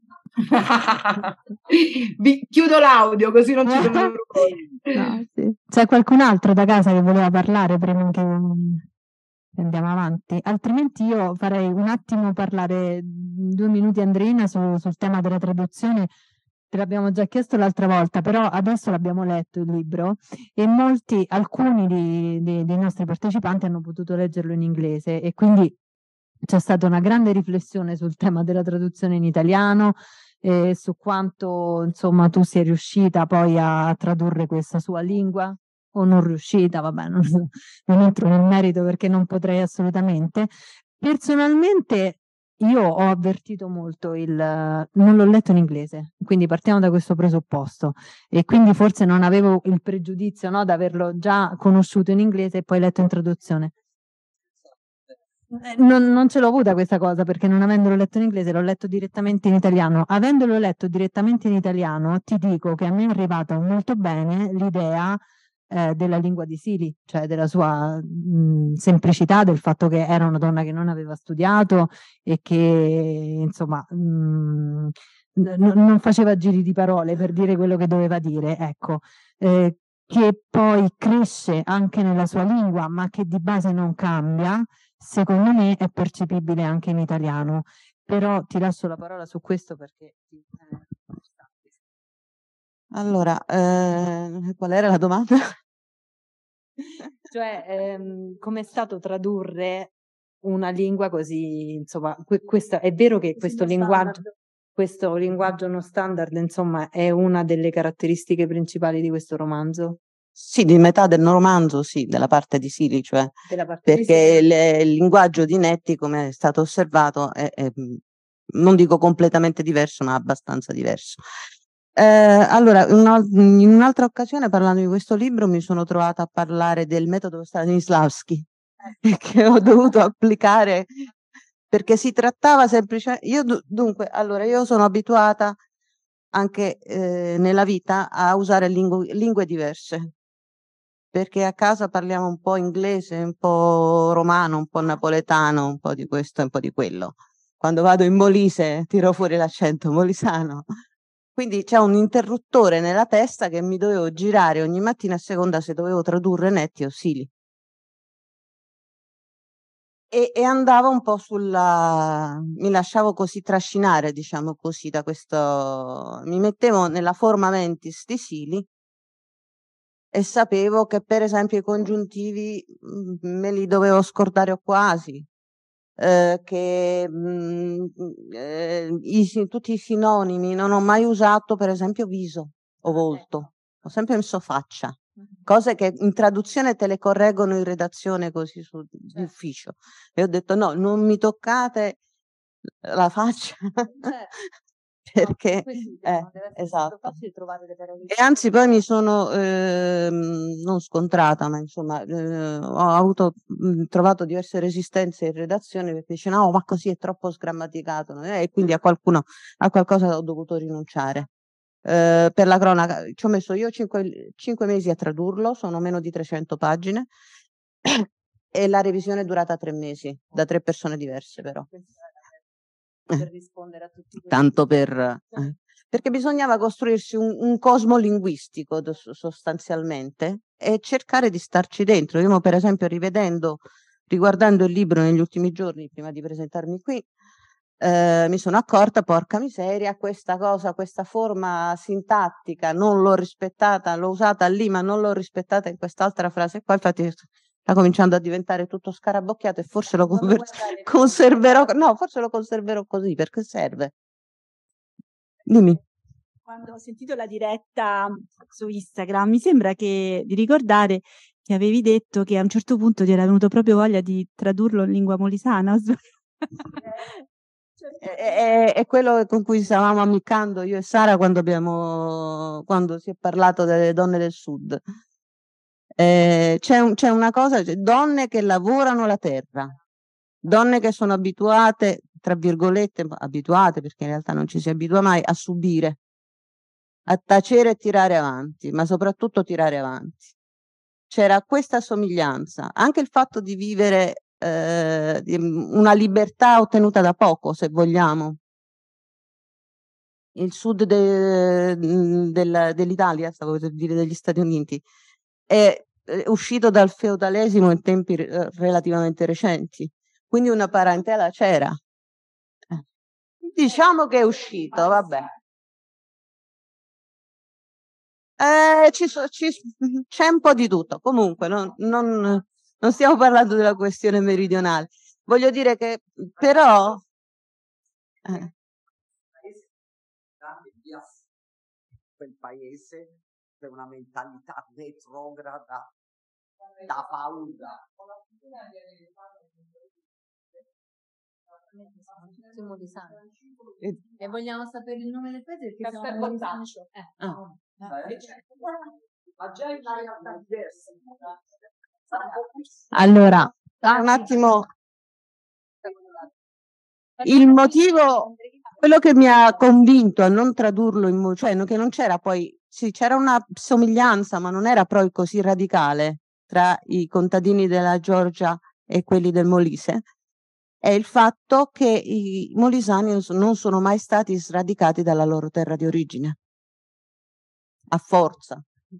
Speaker 12: Vi chiudo l'audio così non ci sono
Speaker 2: No, sì. C'è qualcun altro da casa che voleva parlare prima che andiamo avanti? Altrimenti io farei un attimo parlare due minuti Andreina su- sul tema della traduzione. Te l'abbiamo già chiesto l'altra volta, però adesso l'abbiamo letto il libro e molti, alcuni di- di- dei nostri partecipanti hanno potuto leggerlo in inglese e quindi c'è stata una grande riflessione sul tema della traduzione in italiano e su quanto insomma tu sei riuscita poi a tradurre questa sua lingua o non riuscita, vabbè, non, non entro nel merito perché non potrei assolutamente. Personalmente io ho avvertito molto il... non l'ho letto in inglese, quindi partiamo da questo presupposto e quindi forse non avevo il pregiudizio, no, di averlo già conosciuto in inglese e poi letto in traduzione. Eh, Non, non ce l'ho avuta questa cosa perché non avendolo letto in inglese l'ho letto direttamente in italiano. Avendolo letto direttamente in italiano ti dico che a me è arrivata molto bene l'idea eh, della lingua di Sili, cioè della sua mh, semplicità, del fatto che era una donna che non aveva studiato e che insomma mh, n- non faceva giri di parole per dire quello che doveva dire, ecco. Eh, che poi cresce anche nella sua lingua ma che di base non cambia, secondo me è percepibile anche in italiano, però ti lascio la parola su questo perché...
Speaker 4: Allora, eh, qual era la domanda?
Speaker 2: Cioè, ehm, come è stato tradurre una lingua così, insomma, que- questo, è vero che questo linguaggio, questo linguaggio non standard, insomma, è una delle caratteristiche principali di questo romanzo?
Speaker 4: Sì, di metà del romanzo, sì, della parte di Sili, cioè,
Speaker 2: Della parte di
Speaker 4: perché
Speaker 2: Sili.
Speaker 4: il, il linguaggio di Netti, come è stato osservato, è, è, mh, non dico completamente diverso, ma abbastanza diverso. Eh, allora, una- in un'altra occasione, parlando di questo libro, mi sono trovata a parlare del metodo Stanislavski, che ho dovuto applicare perché si trattava semplicemente. Io du- dunque, allora, io sono abituata anche eh, nella vita a usare lingu- lingue diverse, perché a casa parliamo un po' inglese, un po' romano, un po' napoletano, un po' di questo e un po' di quello. Quando vado in Molise tiro fuori l'accento molisano. Quindi c'è un interruttore nella testa che mi dovevo girare ogni mattina a seconda se dovevo tradurre Netti o Sili. E, e andavo un po' sulla... mi lasciavo così trascinare, diciamo così, da questo... mi mettevo nella forma mentis di Sili e sapevo che per esempio i congiuntivi mh, me li dovevo scordare o quasi, eh, che mh, eh, i, si- tutti i sinonimi non ho mai usato per esempio viso o volto, ho sempre messo faccia, cose che in traduzione te le correggono in redazione così su, di ufficio e ho detto no, non mi toccate la faccia perché eh, esatto. E anzi poi mi sono ehm, non scontrata, ma insomma eh, ho avuto mh, trovato diverse resistenze in redazione perché dice no, ma così è troppo sgrammaticato, no? E quindi a qualcuno, a qualcosa ho dovuto rinunciare. Eh, per la cronaca ci ho messo io cinque, cinque mesi a tradurlo, sono meno di trecento pagine e la revisione è durata tre mesi, da tre persone diverse però.
Speaker 2: Per rispondere a tutti questi.
Speaker 4: Tanto per eh, perché bisognava costruirsi un, un cosmo linguistico do- sostanzialmente e cercare di starci dentro. Io per esempio rivedendo, riguardando il libro negli ultimi giorni prima di presentarmi qui, eh, mi sono accorta, porca miseria, questa cosa, questa forma sintattica non l'ho rispettata, l'ho usata lì ma non l'ho rispettata in quest'altra frase qua, infatti sta cominciando a diventare tutto scarabocchiato e forse lo conver- conserverò, no, forse lo conserverò così perché serve. Dimmi.
Speaker 3: Quando ho sentito la diretta su Instagram, mi sembra che di ricordare che avevi detto che a un certo punto ti era venuto proprio voglia di tradurlo in lingua molisana.
Speaker 4: È, è, è quello con cui stavamo ammiccando io e Sara quando abbiamo quando si è parlato delle donne del sud. Eh, c'è, un, c'è una cosa, cioè, donne che lavorano la terra, donne che sono abituate, tra virgolette, abituate perché in realtà non ci si abitua mai, a subire, a tacere e tirare avanti, ma soprattutto tirare avanti. C'era questa somiglianza, anche il fatto di vivere eh, di una libertà ottenuta da poco, se vogliamo. Il sud de, del, dell'Italia, stavo per dire degli Stati Uniti, è uscito dal feudalesimo in tempi eh, relativamente recenti, quindi una parentela c'era. Eh. Diciamo che è uscito, vabbè. Eh, ci so, ci, c'è un po' di tutto. Comunque, non, non, non stiamo parlando della questione meridionale. Voglio dire che, però. Eh.
Speaker 8: Quel paese per una mentalità retrograda da paura.
Speaker 2: E, e vogliamo sapere il nome del paese perché siamo Molisano. Eh. Ah.
Speaker 4: Allora, un attimo, il motivo, quello che mi ha convinto a non tradurlo, in, cioè che non c'era poi, sì, c'era una somiglianza, ma non era poi così radicale tra i contadini della Georgia e quelli del Molise, è il fatto che i molisani non sono mai stati sradicati dalla loro terra di origine, a forza.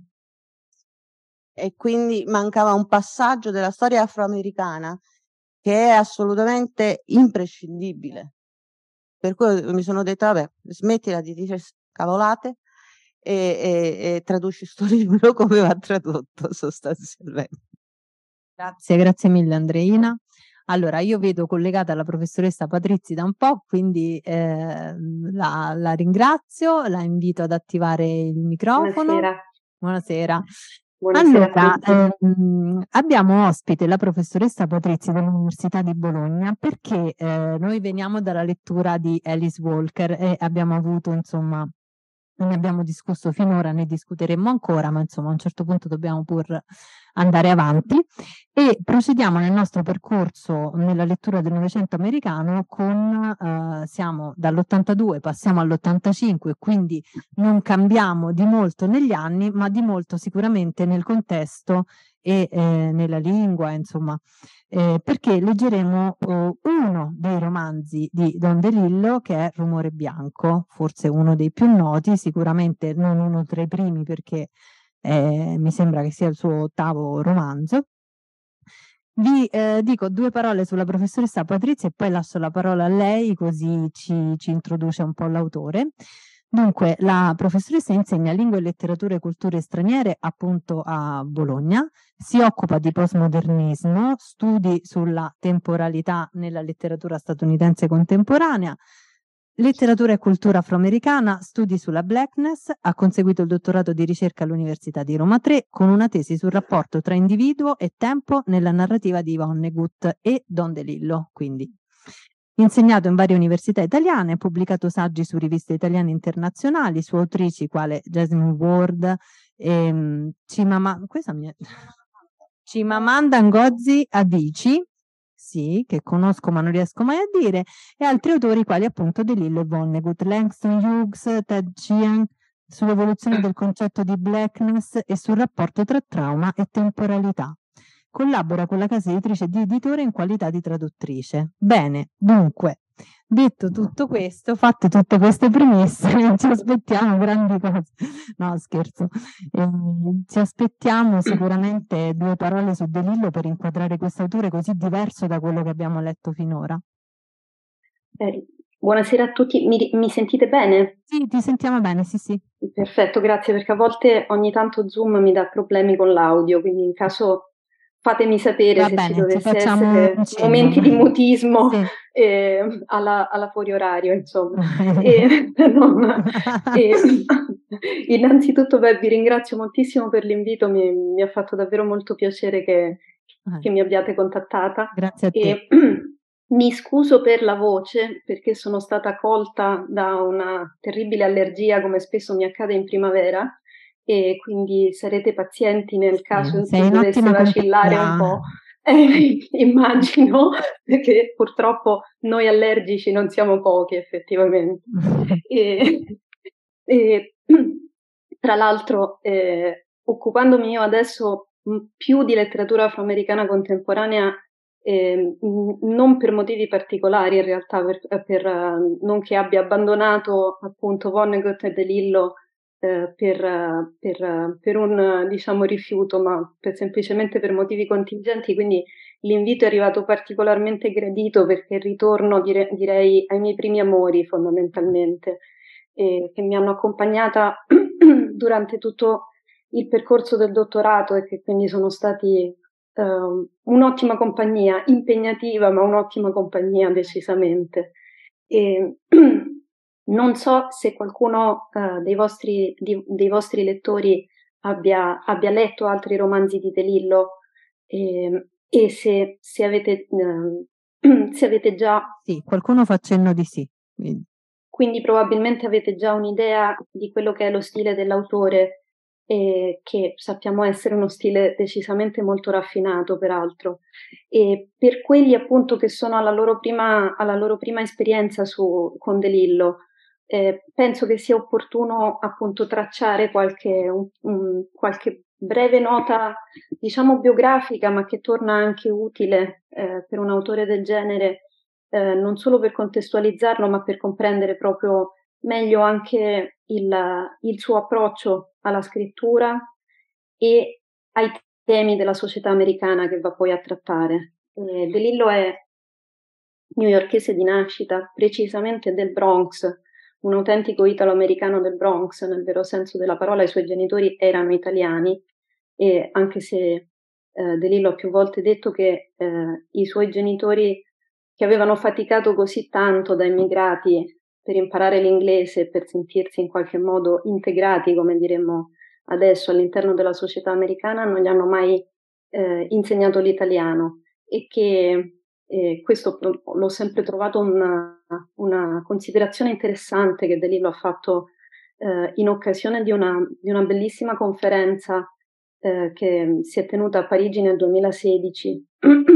Speaker 4: E quindi mancava un passaggio della storia afroamericana che è assolutamente imprescindibile. Per cui mi sono detta, vabbè, smettila di dire cavolate e, e, e traduci sto libro come va tradotto sostanzialmente.
Speaker 2: Grazie, grazie mille Andreina. Allora, io vedo collegata la professoressa Patrizzi da un po', quindi eh, la, la ringrazio, la invito ad attivare il microfono.
Speaker 13: Buonasera.
Speaker 2: Buonasera.
Speaker 13: Buonasera
Speaker 2: allora, ehm, abbiamo ospite la professoressa Patrizzi dell'Università di Bologna perché eh, noi veniamo dalla lettura di Alice Walker e abbiamo avuto, insomma, ne abbiamo discusso finora, ne discuteremo ancora, ma insomma a un certo punto dobbiamo pur andare avanti e procediamo nel nostro percorso nella lettura del Novecento americano con, eh, siamo dall'ottantadue, passiamo all'ottantacinque, quindi non cambiamo di molto negli anni, ma di molto sicuramente nel contesto e eh, nella lingua, insomma, eh, perché leggeremo oh, uno dei romanzi di Don DeLillo che è Rumore Bianco, forse uno dei più noti, sicuramente non uno tra i primi perché eh, mi sembra che sia il suo ottavo romanzo. Vi eh, dico due parole sulla professoressa Patrizia e poi lascio la parola a lei così ci, ci introduce un po' l'autore. Dunque, la professoressa insegna lingue, letterature e culture straniere appunto a Bologna, si occupa di postmodernismo, studi sulla temporalità nella letteratura statunitense contemporanea, letteratura e cultura afroamericana, studi sulla blackness, ha conseguito il dottorato di ricerca all'Università di Roma tre con una tesi sul rapporto tra individuo e tempo nella narrativa di Vonnegut e Don DeLillo, quindi. Insegnato in varie università italiane, ha pubblicato saggi su riviste italiane e internazionali, su autrici quale Jasmine Ward, ehm, Chimama- questa mi è- Chimamanda Ngozi Adichie, sì, che conosco ma non riesco mai a dire, e altri autori quali appunto De Lillo e Vonnegut, Langston Hughes, Ted Chiang, sull'evoluzione del concetto di blackness e sul rapporto tra trauma e temporalità. Collabora con la casa editrice di editore in qualità di traduttrice. Bene, dunque, detto tutto questo, fatte tutte queste premesse, ci aspettiamo grandi cose. No, scherzo. Eh, ci aspettiamo sicuramente due parole su De Lillo per inquadrare questo autore così diverso da quello che abbiamo letto finora.
Speaker 13: Eh, buonasera a tutti, mi, mi sentite bene?
Speaker 2: Sì, ti sentiamo bene, sì, sì.
Speaker 13: Perfetto, grazie, perché a volte ogni tanto Zoom mi dà problemi con l'audio, quindi in caso fatemi sapere
Speaker 2: Va
Speaker 13: se
Speaker 2: bene,
Speaker 13: ci
Speaker 2: ci
Speaker 13: dovesse
Speaker 2: facciamo
Speaker 13: essere
Speaker 2: un cenno.
Speaker 13: momenti di mutismo
Speaker 2: Sì.
Speaker 13: eh, alla, alla fuori orario, insomma. E, no, e, innanzitutto beh, vi ringrazio moltissimo per l'invito, mi, mi ha fatto davvero molto piacere che, che mi abbiate contattata.
Speaker 2: Grazie a te.
Speaker 13: E, mi scuso per la voce perché sono stata colta da una terribile allergia, come spesso mi accade in primavera, e quindi sarete pazienti nel caso in
Speaker 2: Sei
Speaker 13: cui
Speaker 2: in
Speaker 13: dovesse
Speaker 2: ottima
Speaker 13: vacillare un
Speaker 2: compagnia.
Speaker 13: po'. Eh, immagino, perché purtroppo noi allergici non siamo pochi effettivamente. E, e, tra l'altro, eh, occupandomi io adesso mh, più di letteratura afroamericana contemporanea, eh, mh, non per motivi particolari in realtà, per, per, uh, non che abbia abbandonato appunto Vonnegut e De Lillo eh, per, uh, per, uh, per un uh, diciamo rifiuto, ma per, semplicemente per motivi contingenti, quindi l'invito è arrivato particolarmente gradito perché ritorno dire, direi ai miei primi amori fondamentalmente, eh, che mi hanno accompagnata durante tutto il percorso del dottorato e che quindi sono stati Uh, un'ottima compagnia, impegnativa ma un'ottima compagnia decisamente. E, non so se qualcuno uh, dei, vostri, di, dei vostri lettori abbia, abbia letto altri romanzi di De Lillo e, e se, se, avete, uh, se avete già...
Speaker 2: Sì, qualcuno fa cenno di sì. Quindi.
Speaker 13: Quindi probabilmente avete già un'idea di quello che è lo stile dell'autore, e che sappiamo essere uno stile decisamente molto raffinato, peraltro. E per quelli appunto che sono alla loro prima, alla loro prima esperienza su, con De Lillo, eh, penso che sia opportuno appunto tracciare qualche, un, un, qualche breve nota, diciamo biografica, ma che torna anche utile eh, per un autore del genere, eh, non solo per contestualizzarlo, ma per comprendere proprio meglio anche il, il suo approccio alla scrittura e ai temi della società americana che va poi a trattare. Eh, De Lillo è newyorkese di nascita, precisamente del Bronx, un autentico italo-americano del Bronx, nel vero senso della parola. I suoi genitori erano italiani, e anche se eh, De Lillo ha più volte detto che eh, i suoi genitori, che avevano faticato così tanto da immigrati per imparare l'inglese, per sentirsi in qualche modo integrati, come diremmo adesso, all'interno della società americana, non gli hanno mai eh, insegnato l'italiano, e che eh, questo l'ho sempre trovato una, una considerazione interessante che De Lillo ha fatto eh, in occasione di una, di una bellissima conferenza eh, che si è tenuta a Parigi nel duemilasedici.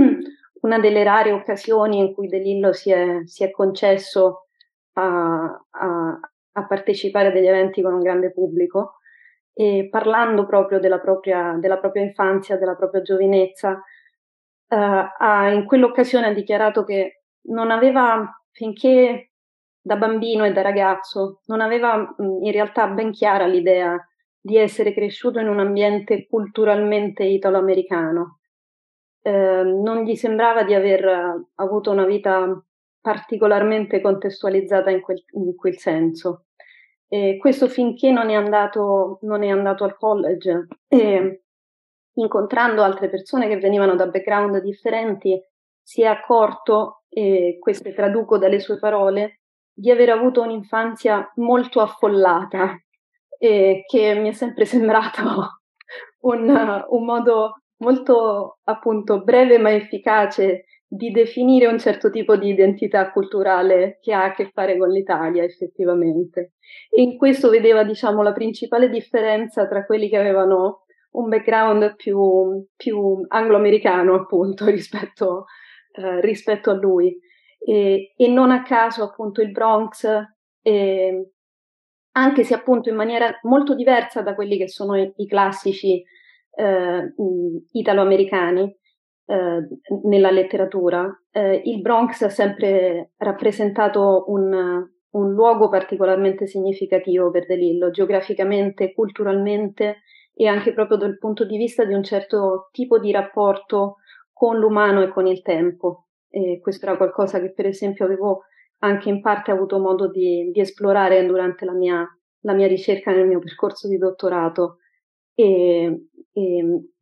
Speaker 13: Una delle rare occasioni in cui De Lillo si è, si è concesso a, a, a partecipare a degli eventi con un grande pubblico, e parlando proprio della propria, della propria infanzia, della propria giovinezza, eh, ha, in quell'occasione ha dichiarato che non aveva, finché da bambino e da ragazzo, non aveva mh, in realtà ben chiara l'idea di essere cresciuto in un ambiente culturalmente italo-americano. Eh, non gli sembrava di aver uh, avuto una vita particolarmente contestualizzata in quel, in quel senso. E questo finché non è andato, non è andato al college, e incontrando altre persone che venivano da background differenti si è accorto, e queste traduco dalle sue parole, di aver avuto un'infanzia molto affollata, e che mi è sempre sembrato un, un modo molto appunto breve ma efficace di definire un certo tipo di identità culturale che ha a che fare con l'Italia effettivamente. E in questo vedeva, diciamo, la principale differenza tra quelli che avevano un background più, più anglo-americano, appunto, rispetto, eh, rispetto a lui. E, e non a caso, appunto, il Bronx, eh, anche se appunto in maniera molto diversa da quelli che sono i, i classici eh, italo-americani, eh, nella letteratura, eh, il Bronx ha sempre rappresentato un, un luogo particolarmente significativo per De Lillo, geograficamente, culturalmente e anche proprio dal punto di vista di un certo tipo di rapporto con l'umano e con il tempo. E questo era qualcosa che per esempio avevo anche in parte avuto modo di, di esplorare durante la mia, la mia ricerca nel mio percorso di dottorato. E, e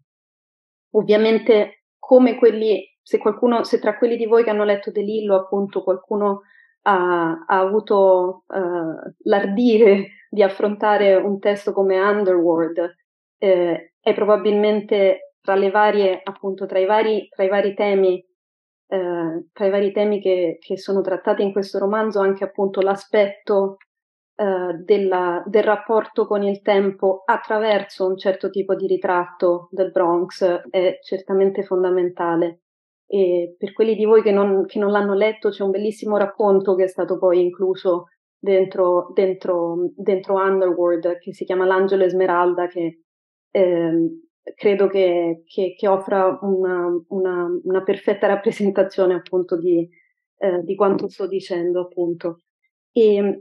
Speaker 13: ovviamente come quelli, se qualcuno, se tra quelli di voi che hanno letto De Lillo appunto qualcuno ha, ha avuto uh, l'ardire di affrontare un testo come Underworld, eh, è probabilmente tra le varie, appunto tra i vari, tra i vari temi eh, tra i vari temi che, che sono trattati in questo romanzo anche appunto l'aspetto eh, della, del rapporto con il tempo attraverso un certo tipo di ritratto del Bronx è certamente fondamentale. E per quelli di voi che non, che non l'hanno letto c'è un bellissimo racconto che è stato poi incluso dentro, dentro, dentro Underworld che si chiama L'Angelo Esmeralda, che eh, credo che, che, che offra una, una, una perfetta rappresentazione appunto di, eh, di quanto sto dicendo appunto. E,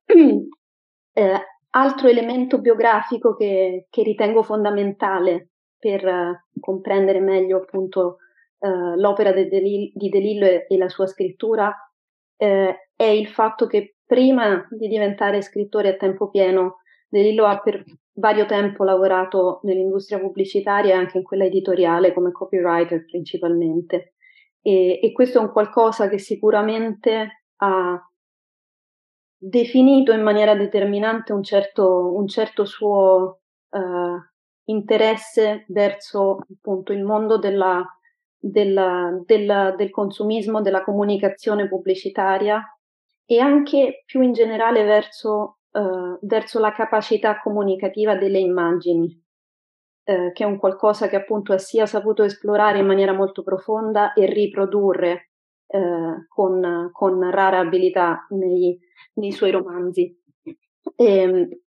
Speaker 13: eh, altro elemento biografico che, che ritengo fondamentale per uh, comprendere meglio appunto uh, l'opera de De Lillo, di De Lillo e, e la sua scrittura eh, è il fatto che prima di diventare scrittore a tempo pieno De Lillo ha per vario tempo lavorato nell'industria pubblicitaria e anche in quella editoriale come copywriter principalmente. E, e questo è un qualcosa che sicuramente ha definito in maniera determinante un certo, un certo suo eh, interesse verso appunto il mondo della, della, della, del consumismo, della comunicazione pubblicitaria e anche più in generale verso, eh, verso la capacità comunicativa delle immagini, eh, che è un qualcosa che appunto ha sia saputo esplorare in maniera molto profonda e riprodurre eh, con, con rara abilità nei, nei suoi romanzi. E,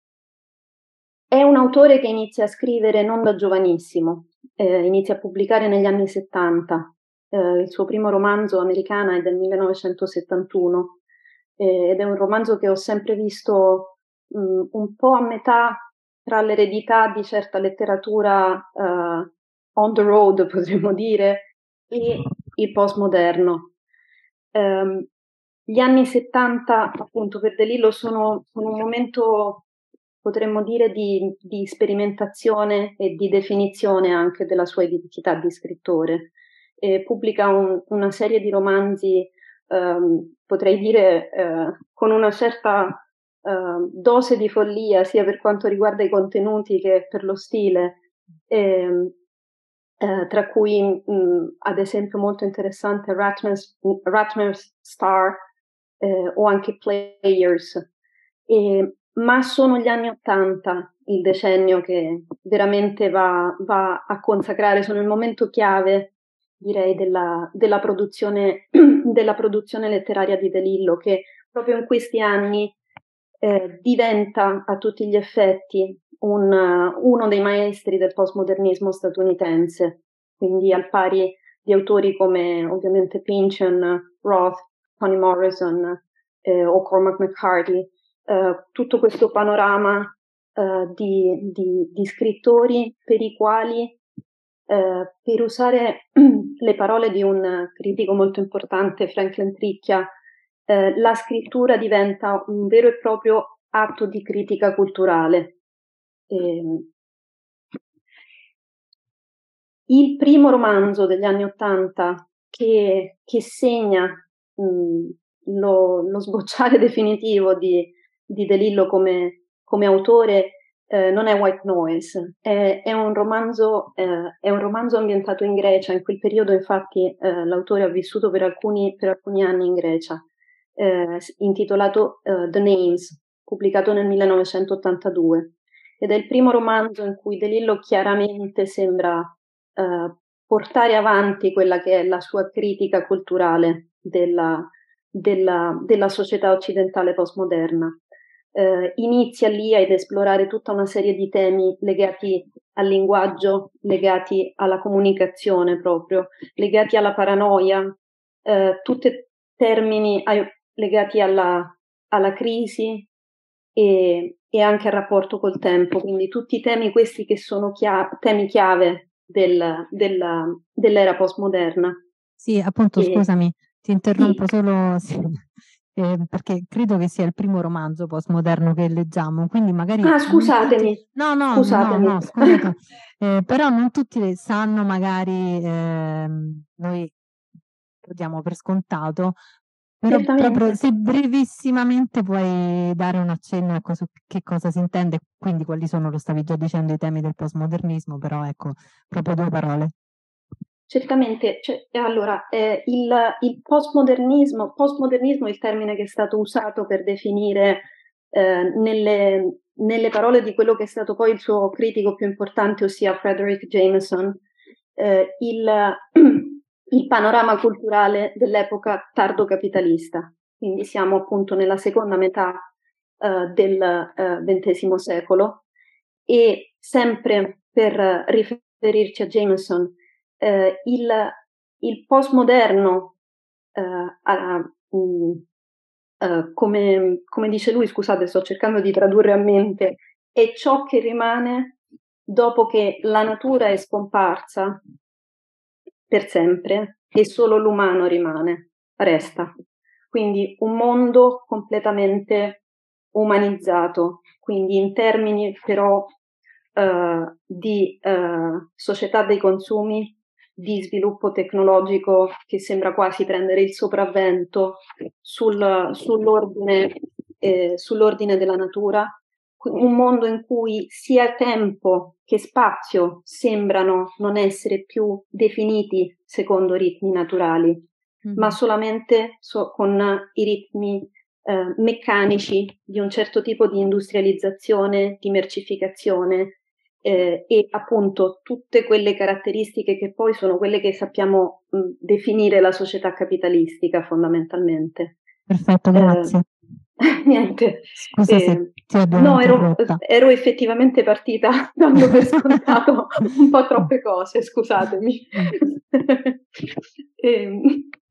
Speaker 13: è un autore che inizia a scrivere non da giovanissimo, eh, inizia a pubblicare negli anni settanta. Eh, il suo primo romanzo, Americana, è del millenovecentosettantuno eh, ed è un romanzo che ho sempre visto mh, un po' a metà tra l'eredità di certa letteratura uh, on the road, potremmo dire, e il postmoderno. Um, gli anni settanta, appunto, per De Lillo sono, sono un momento, potremmo dire, di, di sperimentazione e di definizione anche della sua identità di scrittore. E pubblica un, una serie di romanzi, um, potrei dire, uh, con una certa uh, dose di follia, sia per quanto riguarda i contenuti che per lo stile. E, Eh, tra cui mh, ad esempio molto interessante Ratner's, Ratner's Star eh, o anche Players, e, ma sono gli anni Ottanta il decennio che veramente va, va a consacrare, sono il momento chiave direi della, della, produzione, della produzione letteraria di De Lillo, che proprio in questi anni eh, diventa a tutti gli effetti Un, uh, uno dei maestri del postmodernismo statunitense, quindi al pari di autori come ovviamente Pynchon, Roth, Toni Morrison eh, o Cormac McCarthy, eh, tutto questo panorama eh, di, di, di scrittori per i quali, eh, per usare le parole di un critico molto importante, Franklin Tricchia, eh, la scrittura diventa un vero e proprio atto di critica culturale. Il primo romanzo degli anni Ottanta che, che segna mh, lo, lo sbocciare definitivo di, di De Lillo come, come autore eh, non è white noise, è, è, un romanzo, eh, è un romanzo ambientato in Grecia. In quel periodo infatti eh, l'autore ha vissuto per alcuni, per alcuni anni in Grecia, eh, intitolato uh, The Names, pubblicato nel millenovecentottantadue, ed è il primo romanzo in cui De Lillo chiaramente sembra uh, portare avanti quella che è la sua critica culturale della, della, della società occidentale postmoderna. Uh, inizia lì ad esplorare tutta una serie di temi legati al linguaggio, legati alla comunicazione proprio, legati alla paranoia, uh, tutti termini legati alla, alla crisi e, e anche al rapporto col tempo, quindi tutti i temi questi che sono chia- temi chiave del, della, dell'era postmoderna.
Speaker 2: Sì, appunto,
Speaker 13: e,
Speaker 2: scusami, ti interrompo
Speaker 13: sì.
Speaker 2: solo sì, eh, perché credo che sia il primo romanzo postmoderno che leggiamo, quindi magari
Speaker 13: Ah,
Speaker 2: non
Speaker 13: scusatemi.
Speaker 2: tutti, no, no,
Speaker 13: scusatemi.
Speaker 2: no, no, scusate, eh, però non tutti sanno, magari ehm, noi lo diamo per scontato, però proprio
Speaker 13: Certamente.
Speaker 2: se brevissimamente puoi dare un accenno, ecco, su che cosa si intende, quindi quali sono, lo stavi già dicendo, i temi del postmodernismo, però ecco, proprio due parole.
Speaker 13: Certamente, cioè, allora, eh, il, il postmodernismo, postmodernismo è il termine che è stato usato per definire eh, nelle, nelle parole di quello che è stato poi il suo critico più importante, ossia Frederick Jameson, eh, il, il panorama culturale dell'epoca tardo-capitalista. Quindi siamo appunto nella seconda metà eh, del ventesimo eh, secolo, e sempre per riferirci a Jameson, eh, il, il postmoderno, eh, a, mh, uh, come, come dice lui, scusate, sto cercando di tradurre a mente, è ciò che rimane dopo che la natura è scomparsa per sempre e solo l'umano rimane, resta. Quindi un mondo completamente umanizzato, quindi in termini però uh, di uh, società dei consumi, di sviluppo tecnologico che sembra quasi prendere il sopravvento sul, sull'ordine, eh, sull'ordine della natura, un mondo in cui sia tempo che spazio sembrano non essere più definiti secondo ritmi naturali, mm-hmm. ma solamente so, con i ritmi eh, meccanici di un certo tipo di industrializzazione, di mercificazione, Eh, e appunto tutte quelle caratteristiche che poi sono quelle che sappiamo mh, definire la società capitalistica fondamentalmente.
Speaker 2: Perfetto, grazie.
Speaker 13: Eh, niente.
Speaker 2: Scusa
Speaker 13: eh,
Speaker 2: se ti abbiamo
Speaker 13: no, ero,
Speaker 2: interrotta.
Speaker 13: ero effettivamente partita dando per scontato un po' troppe cose, scusatemi. e,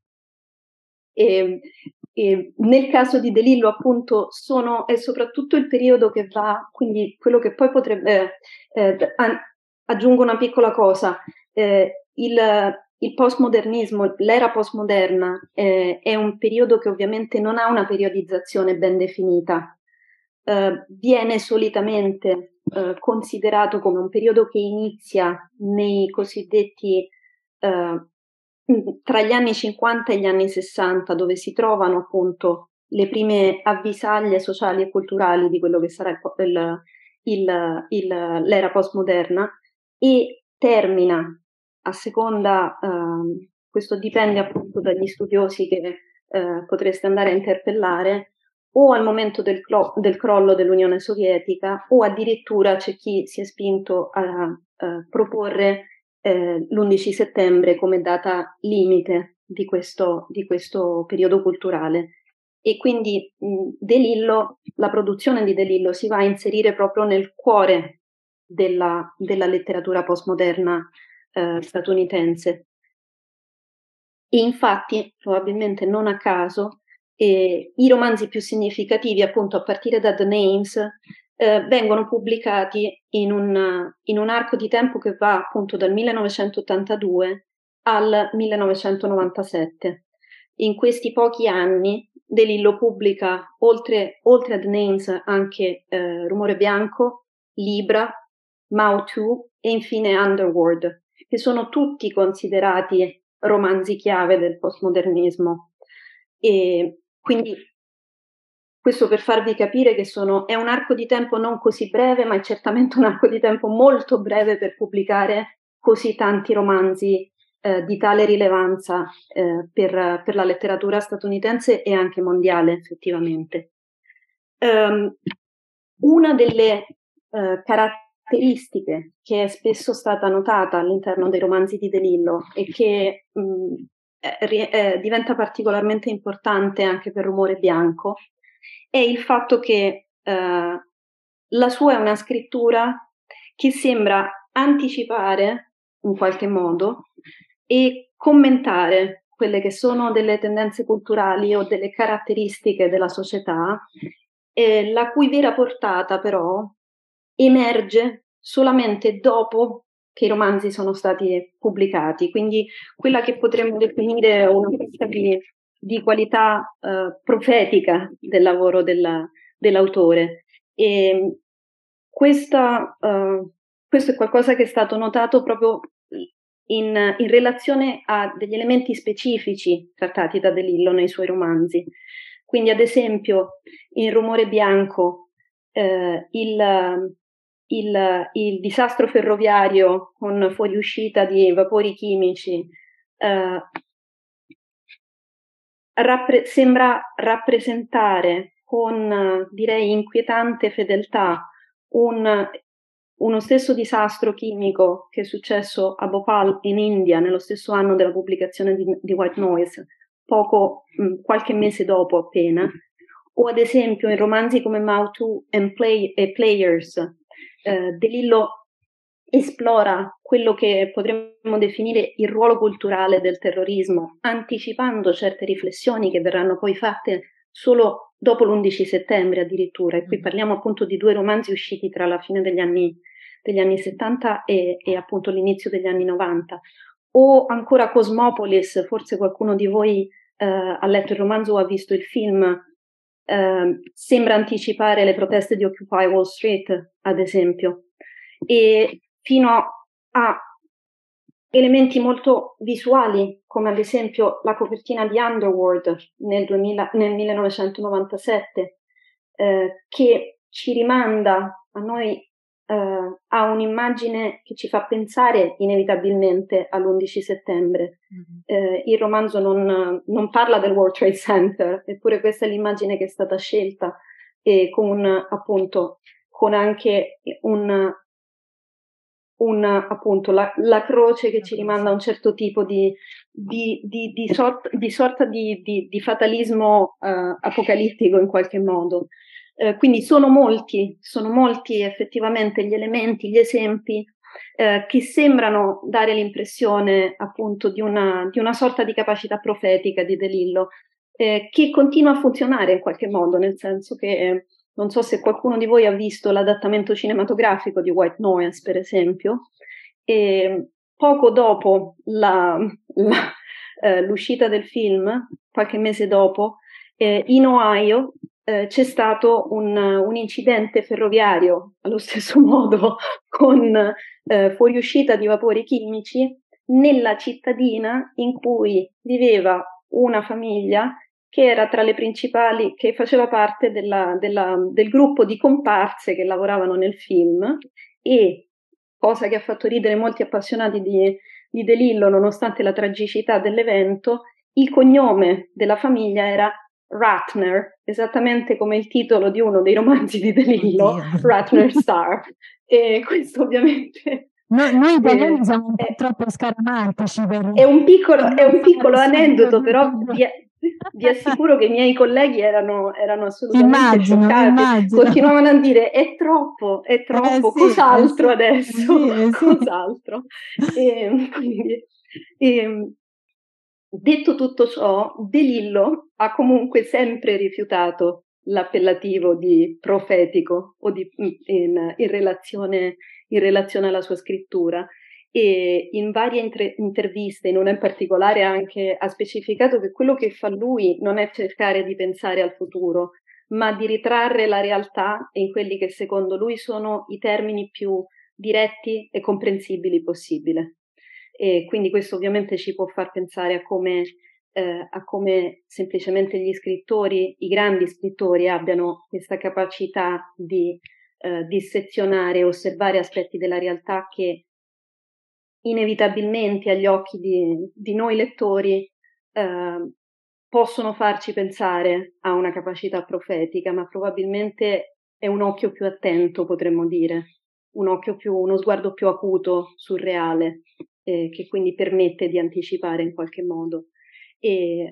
Speaker 13: e, E nel caso di De Lillo, appunto, sono, è soprattutto il periodo che va, quindi quello che poi potrebbe, eh, eh, aggiungo una piccola cosa, eh, il, il postmodernismo, l'era postmoderna, eh, è un periodo che ovviamente non ha una periodizzazione ben definita, eh, viene solitamente eh, considerato come un periodo che inizia nei cosiddetti eh, tra gli anni cinquanta e gli anni sessanta, dove si trovano appunto le prime avvisaglie sociali e culturali di quello che sarà il, il, il, l'era postmoderna, e termina a seconda, eh, questo dipende appunto dagli studiosi che eh, potreste andare a interpellare, o al momento del, clo- del crollo dell'Unione Sovietica, o addirittura c'è chi si è spinto a, a proporre Eh, l'undici settembre come data limite di questo, di questo periodo culturale. E quindi mh, De Lillo, la produzione di De Lillo si va a inserire proprio nel cuore della, della letteratura postmoderna eh, statunitense. E infatti, probabilmente non a caso, eh, i romanzi più significativi, appunto a partire da The Names, Eh, vengono pubblicati in un, in un arco di tempo che va appunto dal millenovecentottantadue al millenovecentonovantasette. In questi pochi anni De Lillo pubblica, oltre, oltre a The Names, anche eh, Rumore Bianco, Libra, Mao due e infine Underworld, che sono tutti considerati romanzi chiave del postmodernismo. E quindi questo per farvi capire che sono, è un arco di tempo non così breve, ma è certamente un arco di tempo molto breve per pubblicare così tanti romanzi eh, di tale rilevanza eh, per, per la letteratura statunitense e anche mondiale, effettivamente. Um, una delle uh, caratteristiche che è spesso stata notata all'interno dei romanzi di De Lillo e che mh, eh, eh, diventa particolarmente importante anche per Rumore Bianco è il fatto che uh, la sua è una scrittura che sembra anticipare in qualche modo e commentare quelle che sono delle tendenze culturali o delle caratteristiche della società, eh, la cui vera portata però emerge solamente dopo che i romanzi sono stati pubblicati, quindi quella che potremmo definire una sorta di, di qualità eh, profetica del lavoro della, dell'autore. E questa, uh, questo è qualcosa che è stato notato proprio in, in relazione a degli elementi specifici trattati da De Lillo nei suoi romanzi. Quindi, ad esempio, in Rumore Bianco, eh, il, il, il disastro ferroviario con fuoriuscita di vapori chimici eh, rappre- sembra rappresentare con, direi, inquietante fedeltà un, uno stesso disastro chimico che è successo a Bhopal in India nello stesso anno della pubblicazione di, di White Noise, poco, mh, qualche mese dopo appena, o ad esempio in romanzi come Mautu and Play, e Players, eh, De Lillo esplora quello che potremmo definire il ruolo culturale del terrorismo, anticipando certe riflessioni che verranno poi fatte solo dopo l'undici settembre addirittura, e qui parliamo appunto di due romanzi usciti tra la fine degli anni, degli anni settanta e, e appunto l'inizio degli anni novanta. O ancora Cosmopolis, forse qualcuno di voi eh, ha letto il romanzo o ha visto il film, eh, sembra anticipare le proteste di Occupy Wall Street, ad esempio, e fino a elementi molto visuali, come ad esempio la copertina di Underworld nel, duemila, nel millenovecentonovantasette, eh, che ci rimanda a noi eh, a un'immagine che ci fa pensare inevitabilmente all'undici settembre. Mm-hmm. Eh, il romanzo non, non parla del World Trade Center, eppure questa è l'immagine che è stata scelta, e con appunto con anche un Un, appunto la, la croce che ci rimanda a un certo tipo di, di, di, di, sort, di sorta di, di, di fatalismo uh, apocalittico in qualche modo. Uh, quindi sono molti, sono molti effettivamente gli elementi, gli esempi uh, che sembrano dare l'impressione appunto di una, di una sorta di capacità profetica di De Lillo, eh, che continua a funzionare in qualche modo, nel senso che eh, non so se qualcuno di voi ha visto l'adattamento cinematografico di White Noise, per esempio, e poco dopo la, la, eh, l'uscita del film, qualche mese dopo, eh, in Ohio eh, c'è stato un, un incidente ferroviario, allo stesso modo, con eh, fuoriuscita di vapori chimici nella cittadina in cui viveva una famiglia che era tra le principali, che faceva parte della, della, del gruppo di comparse che lavoravano nel film, e, cosa che ha fatto ridere molti appassionati di, di De Lillo, nonostante la tragicità dell'evento, il cognome della famiglia era Ratner, esattamente come il titolo di uno dei romanzi di De Lillo, Ratner Star. E questo ovviamente...
Speaker 10: No, noi italiani siamo un po' troppo scaramantici per...
Speaker 13: È un piccolo, è un piccolo aneddoto, però vi, vi assicuro che i miei colleghi erano, erano assolutamente
Speaker 10: immagino,
Speaker 13: scioccati.
Speaker 10: Immagino.
Speaker 13: Continuavano a dire è troppo, è troppo,
Speaker 10: eh sì,
Speaker 13: cos'altro
Speaker 10: eh sì,
Speaker 13: adesso?
Speaker 10: eh sì,
Speaker 13: Cos'altro? E, quindi, e, detto tutto ciò, De Lillo ha comunque sempre rifiutato l'appellativo di profetico o di, in, in, relazione, in relazione alla sua scrittura, e in varie intre- interviste, in una in particolare anche, ha specificato che quello che fa lui non è cercare di pensare al futuro, ma di ritrarre la realtà in quelli che secondo lui sono i termini più diretti e comprensibili possibile. E quindi questo ovviamente ci può far pensare a come eh, a come semplicemente gli scrittori, i grandi scrittori, abbiano questa capacità di eh, dissezionare e osservare aspetti della realtà che inevitabilmente agli occhi di, di noi lettori eh, possono farci pensare a una capacità profetica, ma probabilmente è un occhio più attento, potremmo dire, un occhio più, uno sguardo più acuto sul reale, eh, che quindi permette di anticipare in qualche modo. E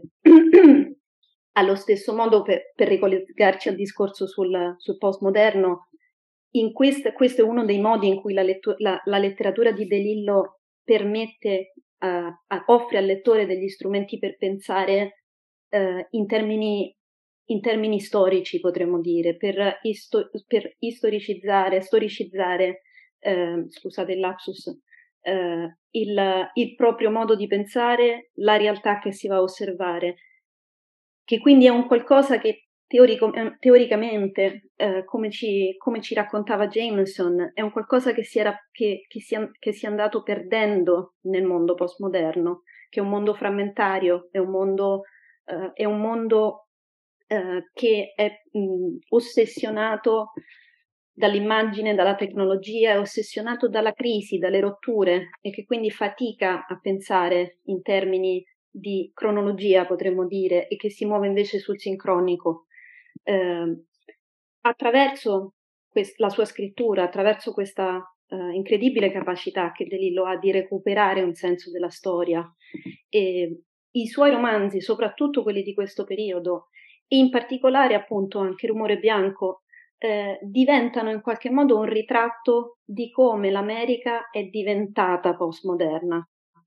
Speaker 13: allo stesso modo, per, per ricollegarci al discorso sul, sul postmoderno, in quest, questo è uno dei modi in cui la, lettu- la, la letteratura di De Lillo permette, uh, a, offre al lettore degli strumenti per pensare uh, in, termini, in termini storici, potremmo dire, per, isto- per istoricizzare, storicizzare, uh, scusate il lapsus, uh, il, il proprio modo di pensare, la realtà che si va a osservare, che quindi è un qualcosa che Teorico, teoricamente, eh, come, ci, come ci raccontava Jameson, è un qualcosa che si, era, che, che, si, che si è andato perdendo nel mondo postmoderno, che è un mondo frammentario, è un mondo, eh, è un mondo eh, che è mh, ossessionato dall'immagine, dalla tecnologia, è ossessionato dalla crisi, dalle rotture, e che quindi fatica a pensare in termini di cronologia, potremmo dire, e che si muove invece sul sincronico. Eh, attraverso quest- la sua scrittura, attraverso questa eh, incredibile capacità che De Lillo ha di recuperare un senso della storia, e i suoi romanzi, soprattutto quelli di questo periodo, e in particolare appunto anche Rumore Bianco, eh, diventano in qualche modo un ritratto di come l'America è diventata postmoderna,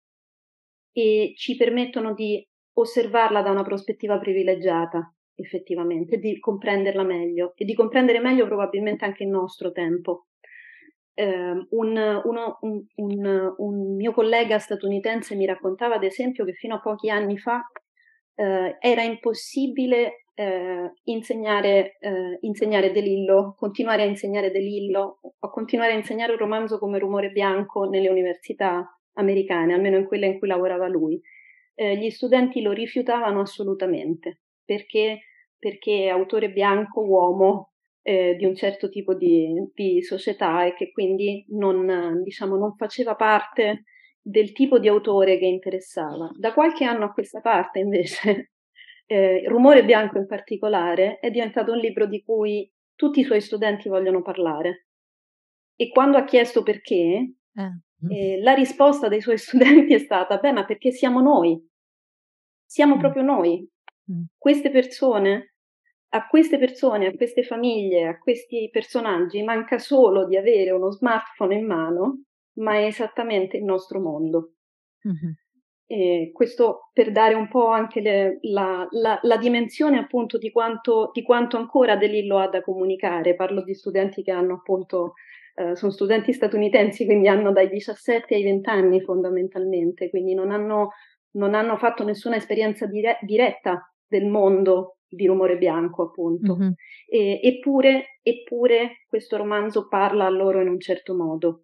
Speaker 13: e ci permettono di osservarla da una prospettiva privilegiata, effettivamente, di comprenderla meglio e di comprendere meglio probabilmente anche il nostro tempo. Eh, un, uno, un, un, un mio collega statunitense mi raccontava, ad esempio, che fino a pochi anni fa eh, era impossibile eh, insegnare, eh, insegnare De Lillo, continuare a insegnare De Lillo o continuare a insegnare un romanzo come Rumore Bianco nelle università americane, almeno in quella in cui lavorava lui. Eh, gli studenti lo rifiutavano assolutamente, perché, perché è autore bianco, uomo, eh, di un certo tipo di, di società, e che quindi non, diciamo, non faceva parte del tipo di autore che interessava. Da qualche anno a questa parte, invece, eh, Rumore Bianco in particolare è diventato un libro di cui tutti i suoi studenti vogliono parlare. E quando ha chiesto perché, eh. Eh, la risposta dei suoi studenti è stata: beh, ma perché siamo noi, siamo mm. proprio noi, mm. queste persone, a queste persone, a queste famiglie, a questi personaggi manca solo di avere uno smartphone in mano, ma è esattamente il nostro mondo. Mm-hmm. E questo per dare un po' anche le, la, la, la dimensione appunto di quanto, di quanto ancora De Lillo ha da comunicare. Parlo di studenti che hanno appunto Uh, sono studenti statunitensi, quindi hanno dai diciassette ai venti anni fondamentalmente, quindi non hanno, non hanno fatto nessuna esperienza dire- diretta del mondo di Rumore Bianco, appunto. Mm-hmm. E, eppure, eppure questo romanzo parla a loro in un certo modo.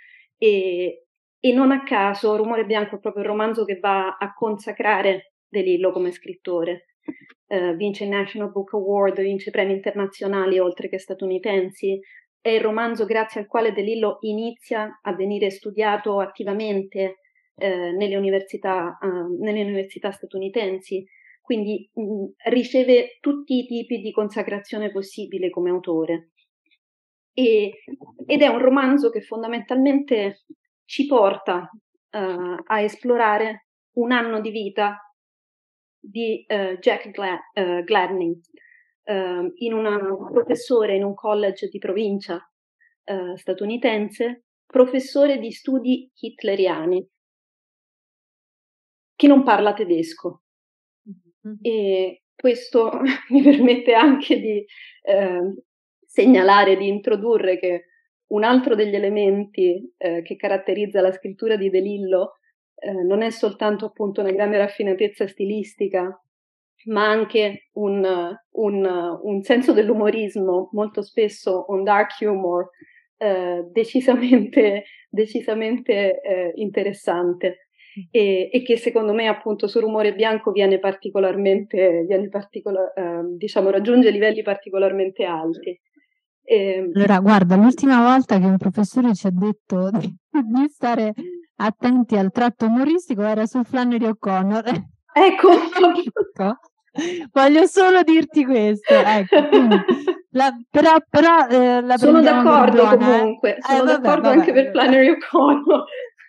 Speaker 13: E, e non a caso Rumore Bianco è proprio il romanzo che va a consacrare De Lillo come scrittore. Uh, vince il National Book Award, vince premi internazionali oltre che statunitensi. È il romanzo grazie al quale De Lillo inizia a venire studiato attivamente eh, nelle, università, uh, nelle università statunitensi, quindi mh, riceve tutti i tipi di consacrazione possibile come autore. E, ed è un romanzo che fondamentalmente ci porta uh, a esplorare un anno di vita di uh, Jack Glad, uh, Gladney, Uh, in una professore in un college di provincia uh, statunitense, professore di studi hitleriani, che non parla tedesco. Mm-hmm. E questo mi permette anche di uh, segnalare, di introdurre che un altro degli elementi uh, che caratterizza la scrittura di De Lillo uh, non è soltanto appunto una grande raffinatezza stilistica, ma anche un, un, un senso dell'umorismo, molto spesso un dark humor eh, decisamente, decisamente eh, interessante. e, e che secondo me appunto su Rumore Bianco viene particolarmente, viene particola- eh, diciamo raggiunge livelli particolarmente alti. E,
Speaker 2: Allora, guarda, l'ultima volta che un professore ci ha detto di, di stare attenti al tratto umoristico era su Flannery O'Connor.
Speaker 13: Ecco,
Speaker 2: Ecco. Voglio solo dirti questo, ecco, quindi, la, però, però eh, la
Speaker 13: sono
Speaker 2: prendiamo per
Speaker 13: d'accordo
Speaker 2: buona, eh.
Speaker 13: comunque, sono
Speaker 2: Eh, vabbè,
Speaker 13: d'accordo
Speaker 2: vabbè,
Speaker 13: anche per Flannery O'Connor.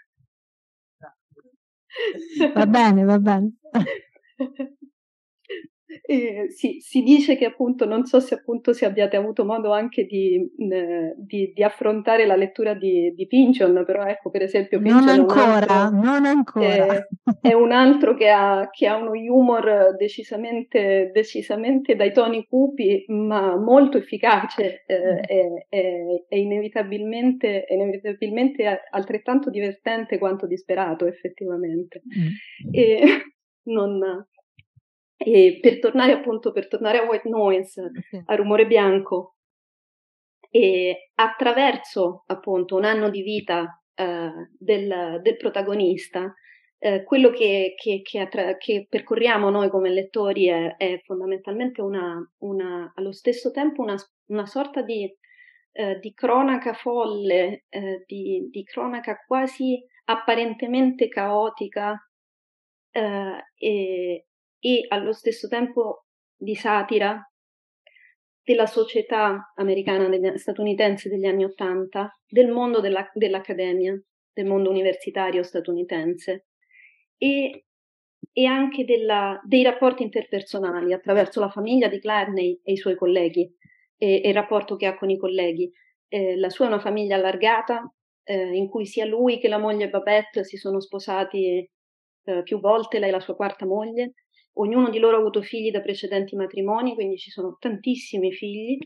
Speaker 2: Va bene, va bene.
Speaker 13: Eh, sì, si dice che appunto, non so se appunto se abbiate avuto modo anche di, eh, di, di affrontare la lettura di, di Pynchon, però ecco, per esempio
Speaker 2: Non
Speaker 13: Pynchon è un
Speaker 2: ancora,
Speaker 13: altro,
Speaker 2: non ancora.
Speaker 13: eh, è un altro che ha, che ha uno humor decisamente, decisamente dai toni cupi, ma molto efficace, eh, è, è, è inevitabilmente, è inevitabilmente altrettanto divertente quanto disperato, effettivamente.
Speaker 2: Mm.
Speaker 13: E non... E per tornare appunto, per tornare a White Noise,
Speaker 2: Sì.
Speaker 13: a Rumore Bianco, e attraverso appunto un anno di vita eh, del, del protagonista, eh, quello che, che, che, attra- che percorriamo noi come lettori è, è fondamentalmente una, una, allo stesso tempo una, una sorta di, eh, di cronaca folle, eh, di, di cronaca quasi apparentemente caotica, eh, e, e allo stesso tempo di satira della società americana, degli, statunitense degli anni Ottanta, del mondo della, dell'accademia, del mondo universitario statunitense e, e anche della, dei rapporti interpersonali attraverso la famiglia di Gladney e i suoi colleghi e, e il rapporto che ha con i colleghi. Eh, la sua è una famiglia allargata eh, in cui sia lui che la moglie Babette si sono sposati eh, più volte, lei è la sua quarta moglie. Ognuno di loro ha avuto figli da precedenti matrimoni, quindi ci sono tantissimi figli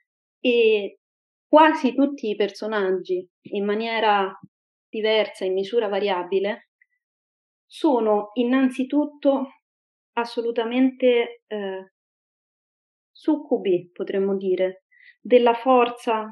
Speaker 13: e quasi tutti i personaggi, in maniera diversa, in misura variabile, sono innanzitutto assolutamente eh, succubi, potremmo dire, della forza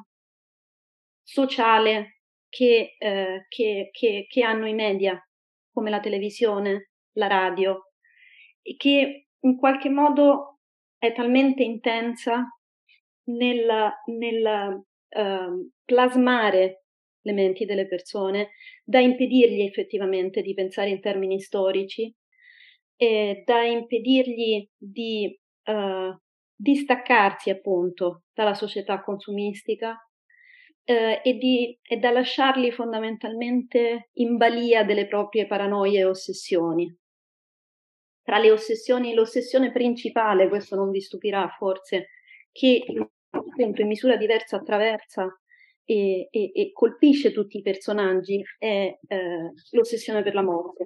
Speaker 13: sociale che, eh, che, che, che hanno i media, come la televisione, la radio, e che in qualche modo è talmente intensa nel, nel uh, plasmare le menti delle persone da impedirgli effettivamente di pensare in termini storici, e da impedirgli di uh, distaccarsi appunto dalla società consumistica eh, e, di, e da lasciarli fondamentalmente in balia delle proprie paranoie e ossessioni. Tra le ossessioni, l'ossessione principale, questo non vi stupirà forse, che appunto in misura diversa attraversa e, e, e colpisce tutti i personaggi, è eh, l'ossessione per la morte.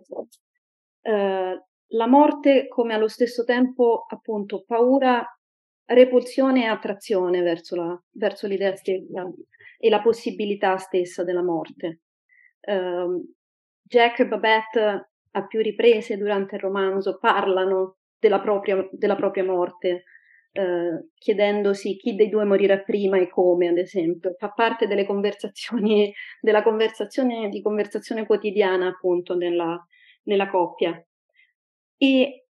Speaker 13: Eh, la morte come allo stesso tempo appunto paura, repulsione e attrazione verso, la, verso l'idea stessa e la possibilità stessa della morte. Uh, Jack e Babette a più riprese durante il romanzo parlano della propria, della propria morte, uh, chiedendosi chi dei due morirà prima e come, ad esempio. Fa parte delle conversazioni, della conversazione, di conversazione quotidiana appunto nella, nella coppia. E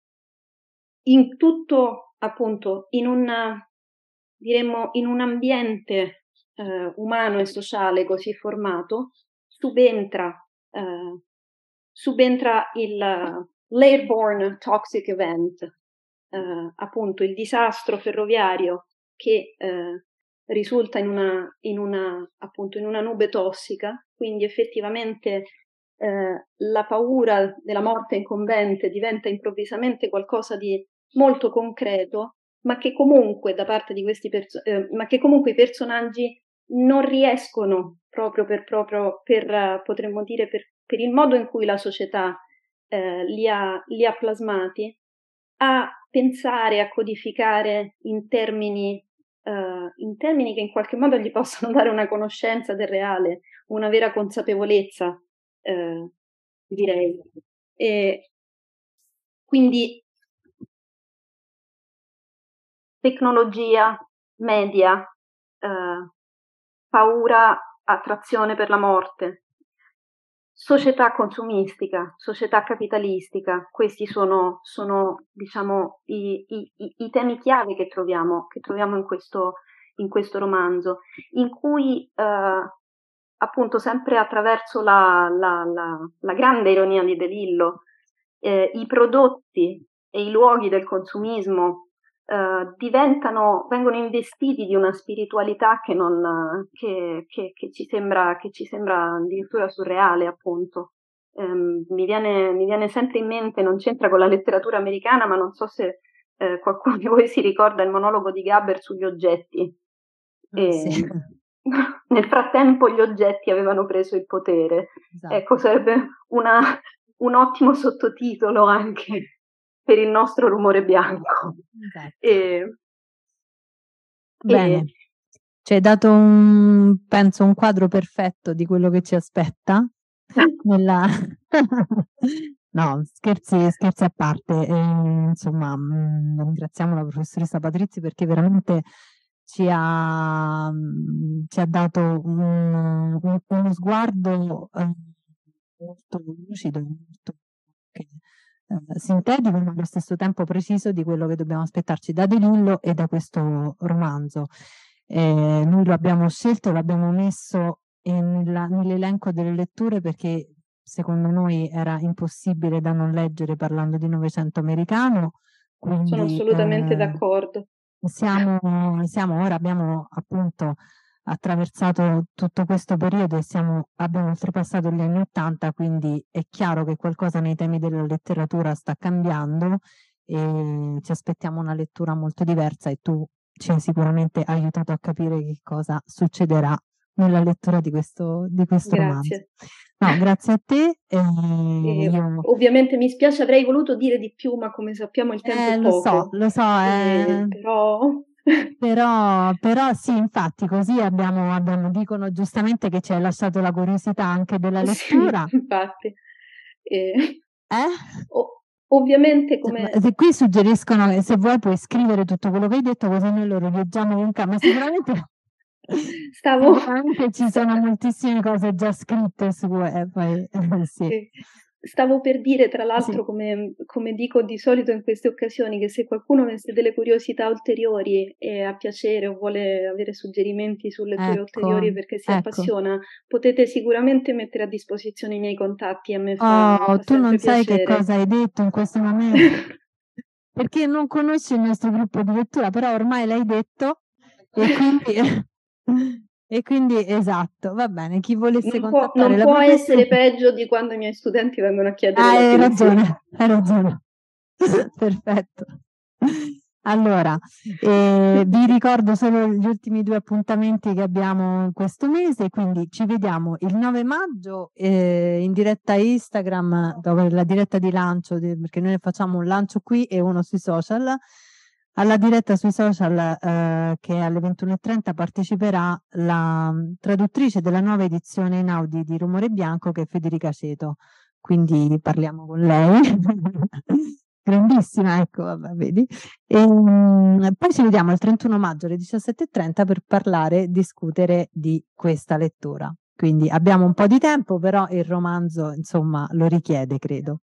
Speaker 13: in tutto appunto in un, diremmo, in un ambiente eh, umano e sociale così formato subentra, eh, subentra il l'airborne toxic event, eh, appunto il disastro ferroviario che eh, risulta in una, in, una, appunto, in una nube tossica, quindi effettivamente eh, la paura della morte incombente diventa improvvisamente qualcosa di molto concreto, ma che comunque da parte di questi perso- eh, ma che comunque i personaggi non riescono proprio per, proprio per uh, potremmo dire per, per il modo in cui la società eh, li, ha, li ha plasmati, a pensare, a codificare in termini, uh, in termini che in qualche modo gli possano dare una conoscenza del reale, una vera consapevolezza, eh, direi. E quindi tecnologia, media, eh, paura, attrazione per la morte. società consumistica, società capitalistica. Questi sono, sono diciamo, i, i, i temi chiave che troviamo, che troviamo in questo, in questo romanzo, in cui eh, appunto sempre attraverso la, la, la, la grande ironia di De Lillo, eh, i prodotti e i luoghi del consumismo Uh, diventano, vengono investiti di una spiritualità che, non, che, che, che, ci sembra, che ci sembra addirittura surreale, appunto. Um, mi, viene, mi viene sempre in mente, non c'entra con la letteratura americana, ma non so se eh, qualcuno di voi si ricorda il monologo di Gaber sugli oggetti. E,
Speaker 2: sì.
Speaker 13: Nel frattempo gli oggetti avevano preso il potere. Esatto. Ecco, sarebbe una, un ottimo sottotitolo anche per il nostro rumore bianco.
Speaker 2: Esatto.
Speaker 13: E,
Speaker 2: Bene,
Speaker 13: e...
Speaker 2: ci hai dato un, penso, un quadro perfetto di quello che ci aspetta. Nella... no, scherzi, scherzi a parte. E, insomma, mh, ringraziamo la professoressa Patrizzi perché veramente ci ha, mh, ci ha dato un, un, uno sguardo eh, molto lucido, molto che, sintetico ma allo stesso tempo preciso di quello che dobbiamo aspettarci da De Lillo e da questo romanzo. Eh, noi lo abbiamo scelto, l'abbiamo messo nella, nell'elenco delle letture perché secondo noi era impossibile da non leggere parlando di Novecento americano. Quindi,
Speaker 13: sono assolutamente
Speaker 2: eh,
Speaker 13: d'accordo.
Speaker 2: Siamo, siamo ora abbiamo appunto attraversato tutto questo periodo e siamo, abbiamo oltrepassato gli anni Ottanta, quindi è chiaro che qualcosa nei temi della letteratura sta cambiando e ci aspettiamo una lettura molto diversa e tu ci hai sicuramente aiutato a capire che cosa succederà nella lettura di questo, di questo romanzo. No, grazie a te. E io...
Speaker 13: Ovviamente mi spiace, avrei voluto dire di più, ma come sappiamo il tempo
Speaker 2: eh,
Speaker 13: è
Speaker 2: lo
Speaker 13: poco.
Speaker 2: so, lo so, eh...
Speaker 13: eh, però...
Speaker 2: Però, però sì, infatti così abbiamo, abbiamo, dicono giustamente che ci hai lasciato la curiosità anche della lettura.
Speaker 13: Sì, infatti. Eh,
Speaker 2: eh?
Speaker 13: O, ovviamente come...
Speaker 2: Se qui suggeriscono che se vuoi puoi scrivere tutto quello che hai detto così noi lo rileggiamo in camera, ma sicuramente...
Speaker 13: Stavo...
Speaker 2: sicuramente ci sono moltissime cose già scritte su... Eh, poi, eh, sì.
Speaker 13: Sì. Stavo per dire, tra l'altro,
Speaker 2: sì.
Speaker 13: come, come dico di solito in queste occasioni, che se qualcuno avesse delle curiosità ulteriori e ha piacere o vuole avere suggerimenti su letture
Speaker 2: ecco,
Speaker 13: ulteriori perché si
Speaker 2: ecco.
Speaker 13: appassiona, potete sicuramente mettere a disposizione i miei contatti. A me
Speaker 2: fa,
Speaker 13: fa,
Speaker 2: oh,
Speaker 13: fa
Speaker 2: tu non sai
Speaker 13: piacere.
Speaker 2: che cosa hai detto in questo momento, perché non conosci il nostro gruppo di lettura, però ormai l'hai detto e quindi... E quindi, esatto, va bene, chi volesse
Speaker 13: non può,
Speaker 2: contattare
Speaker 13: non
Speaker 2: la
Speaker 13: può
Speaker 2: professoressa...
Speaker 13: essere peggio di quando i miei studenti vengono a chiedere
Speaker 2: ah, hai
Speaker 13: l'autorizzazione.
Speaker 2: ragione, hai ragione. Perfetto. Allora, eh, vi ricordo solo gli ultimi due appuntamenti che abbiamo questo mese, quindi ci vediamo il nove maggio eh, in diretta Instagram, dove la diretta di lancio, perché noi facciamo un lancio qui e uno sui social. Alla diretta sui social eh, che alle ventuno e trenta parteciperà la um, traduttrice della nuova edizione in Audi di Rumore Bianco, che è Federica Ceto, quindi parliamo con lei. Grandissima, ecco, vabbè, vedi. E, um, poi ci vediamo il trentuno maggio alle diciassette e trenta per parlare, discutere di questa lettura. Quindi abbiamo un po' di tempo, però il romanzo, insomma, lo richiede, credo.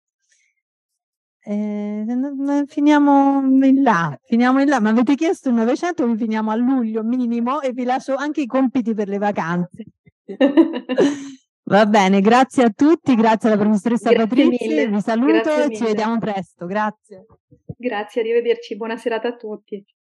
Speaker 2: Eh, finiamo in là, finiamo in là, ma avete chiesto il Novecento, vi finiamo a luglio minimo e vi lascio anche i compiti per le vacanze. Va bene, grazie a tutti, grazie alla professoressa
Speaker 13: Grazie
Speaker 2: Patrizzi,
Speaker 13: mille.
Speaker 2: vi saluto
Speaker 13: Grazie
Speaker 2: e
Speaker 13: mille.
Speaker 2: ci vediamo presto, grazie.
Speaker 13: Grazie, arrivederci, buona serata a tutti.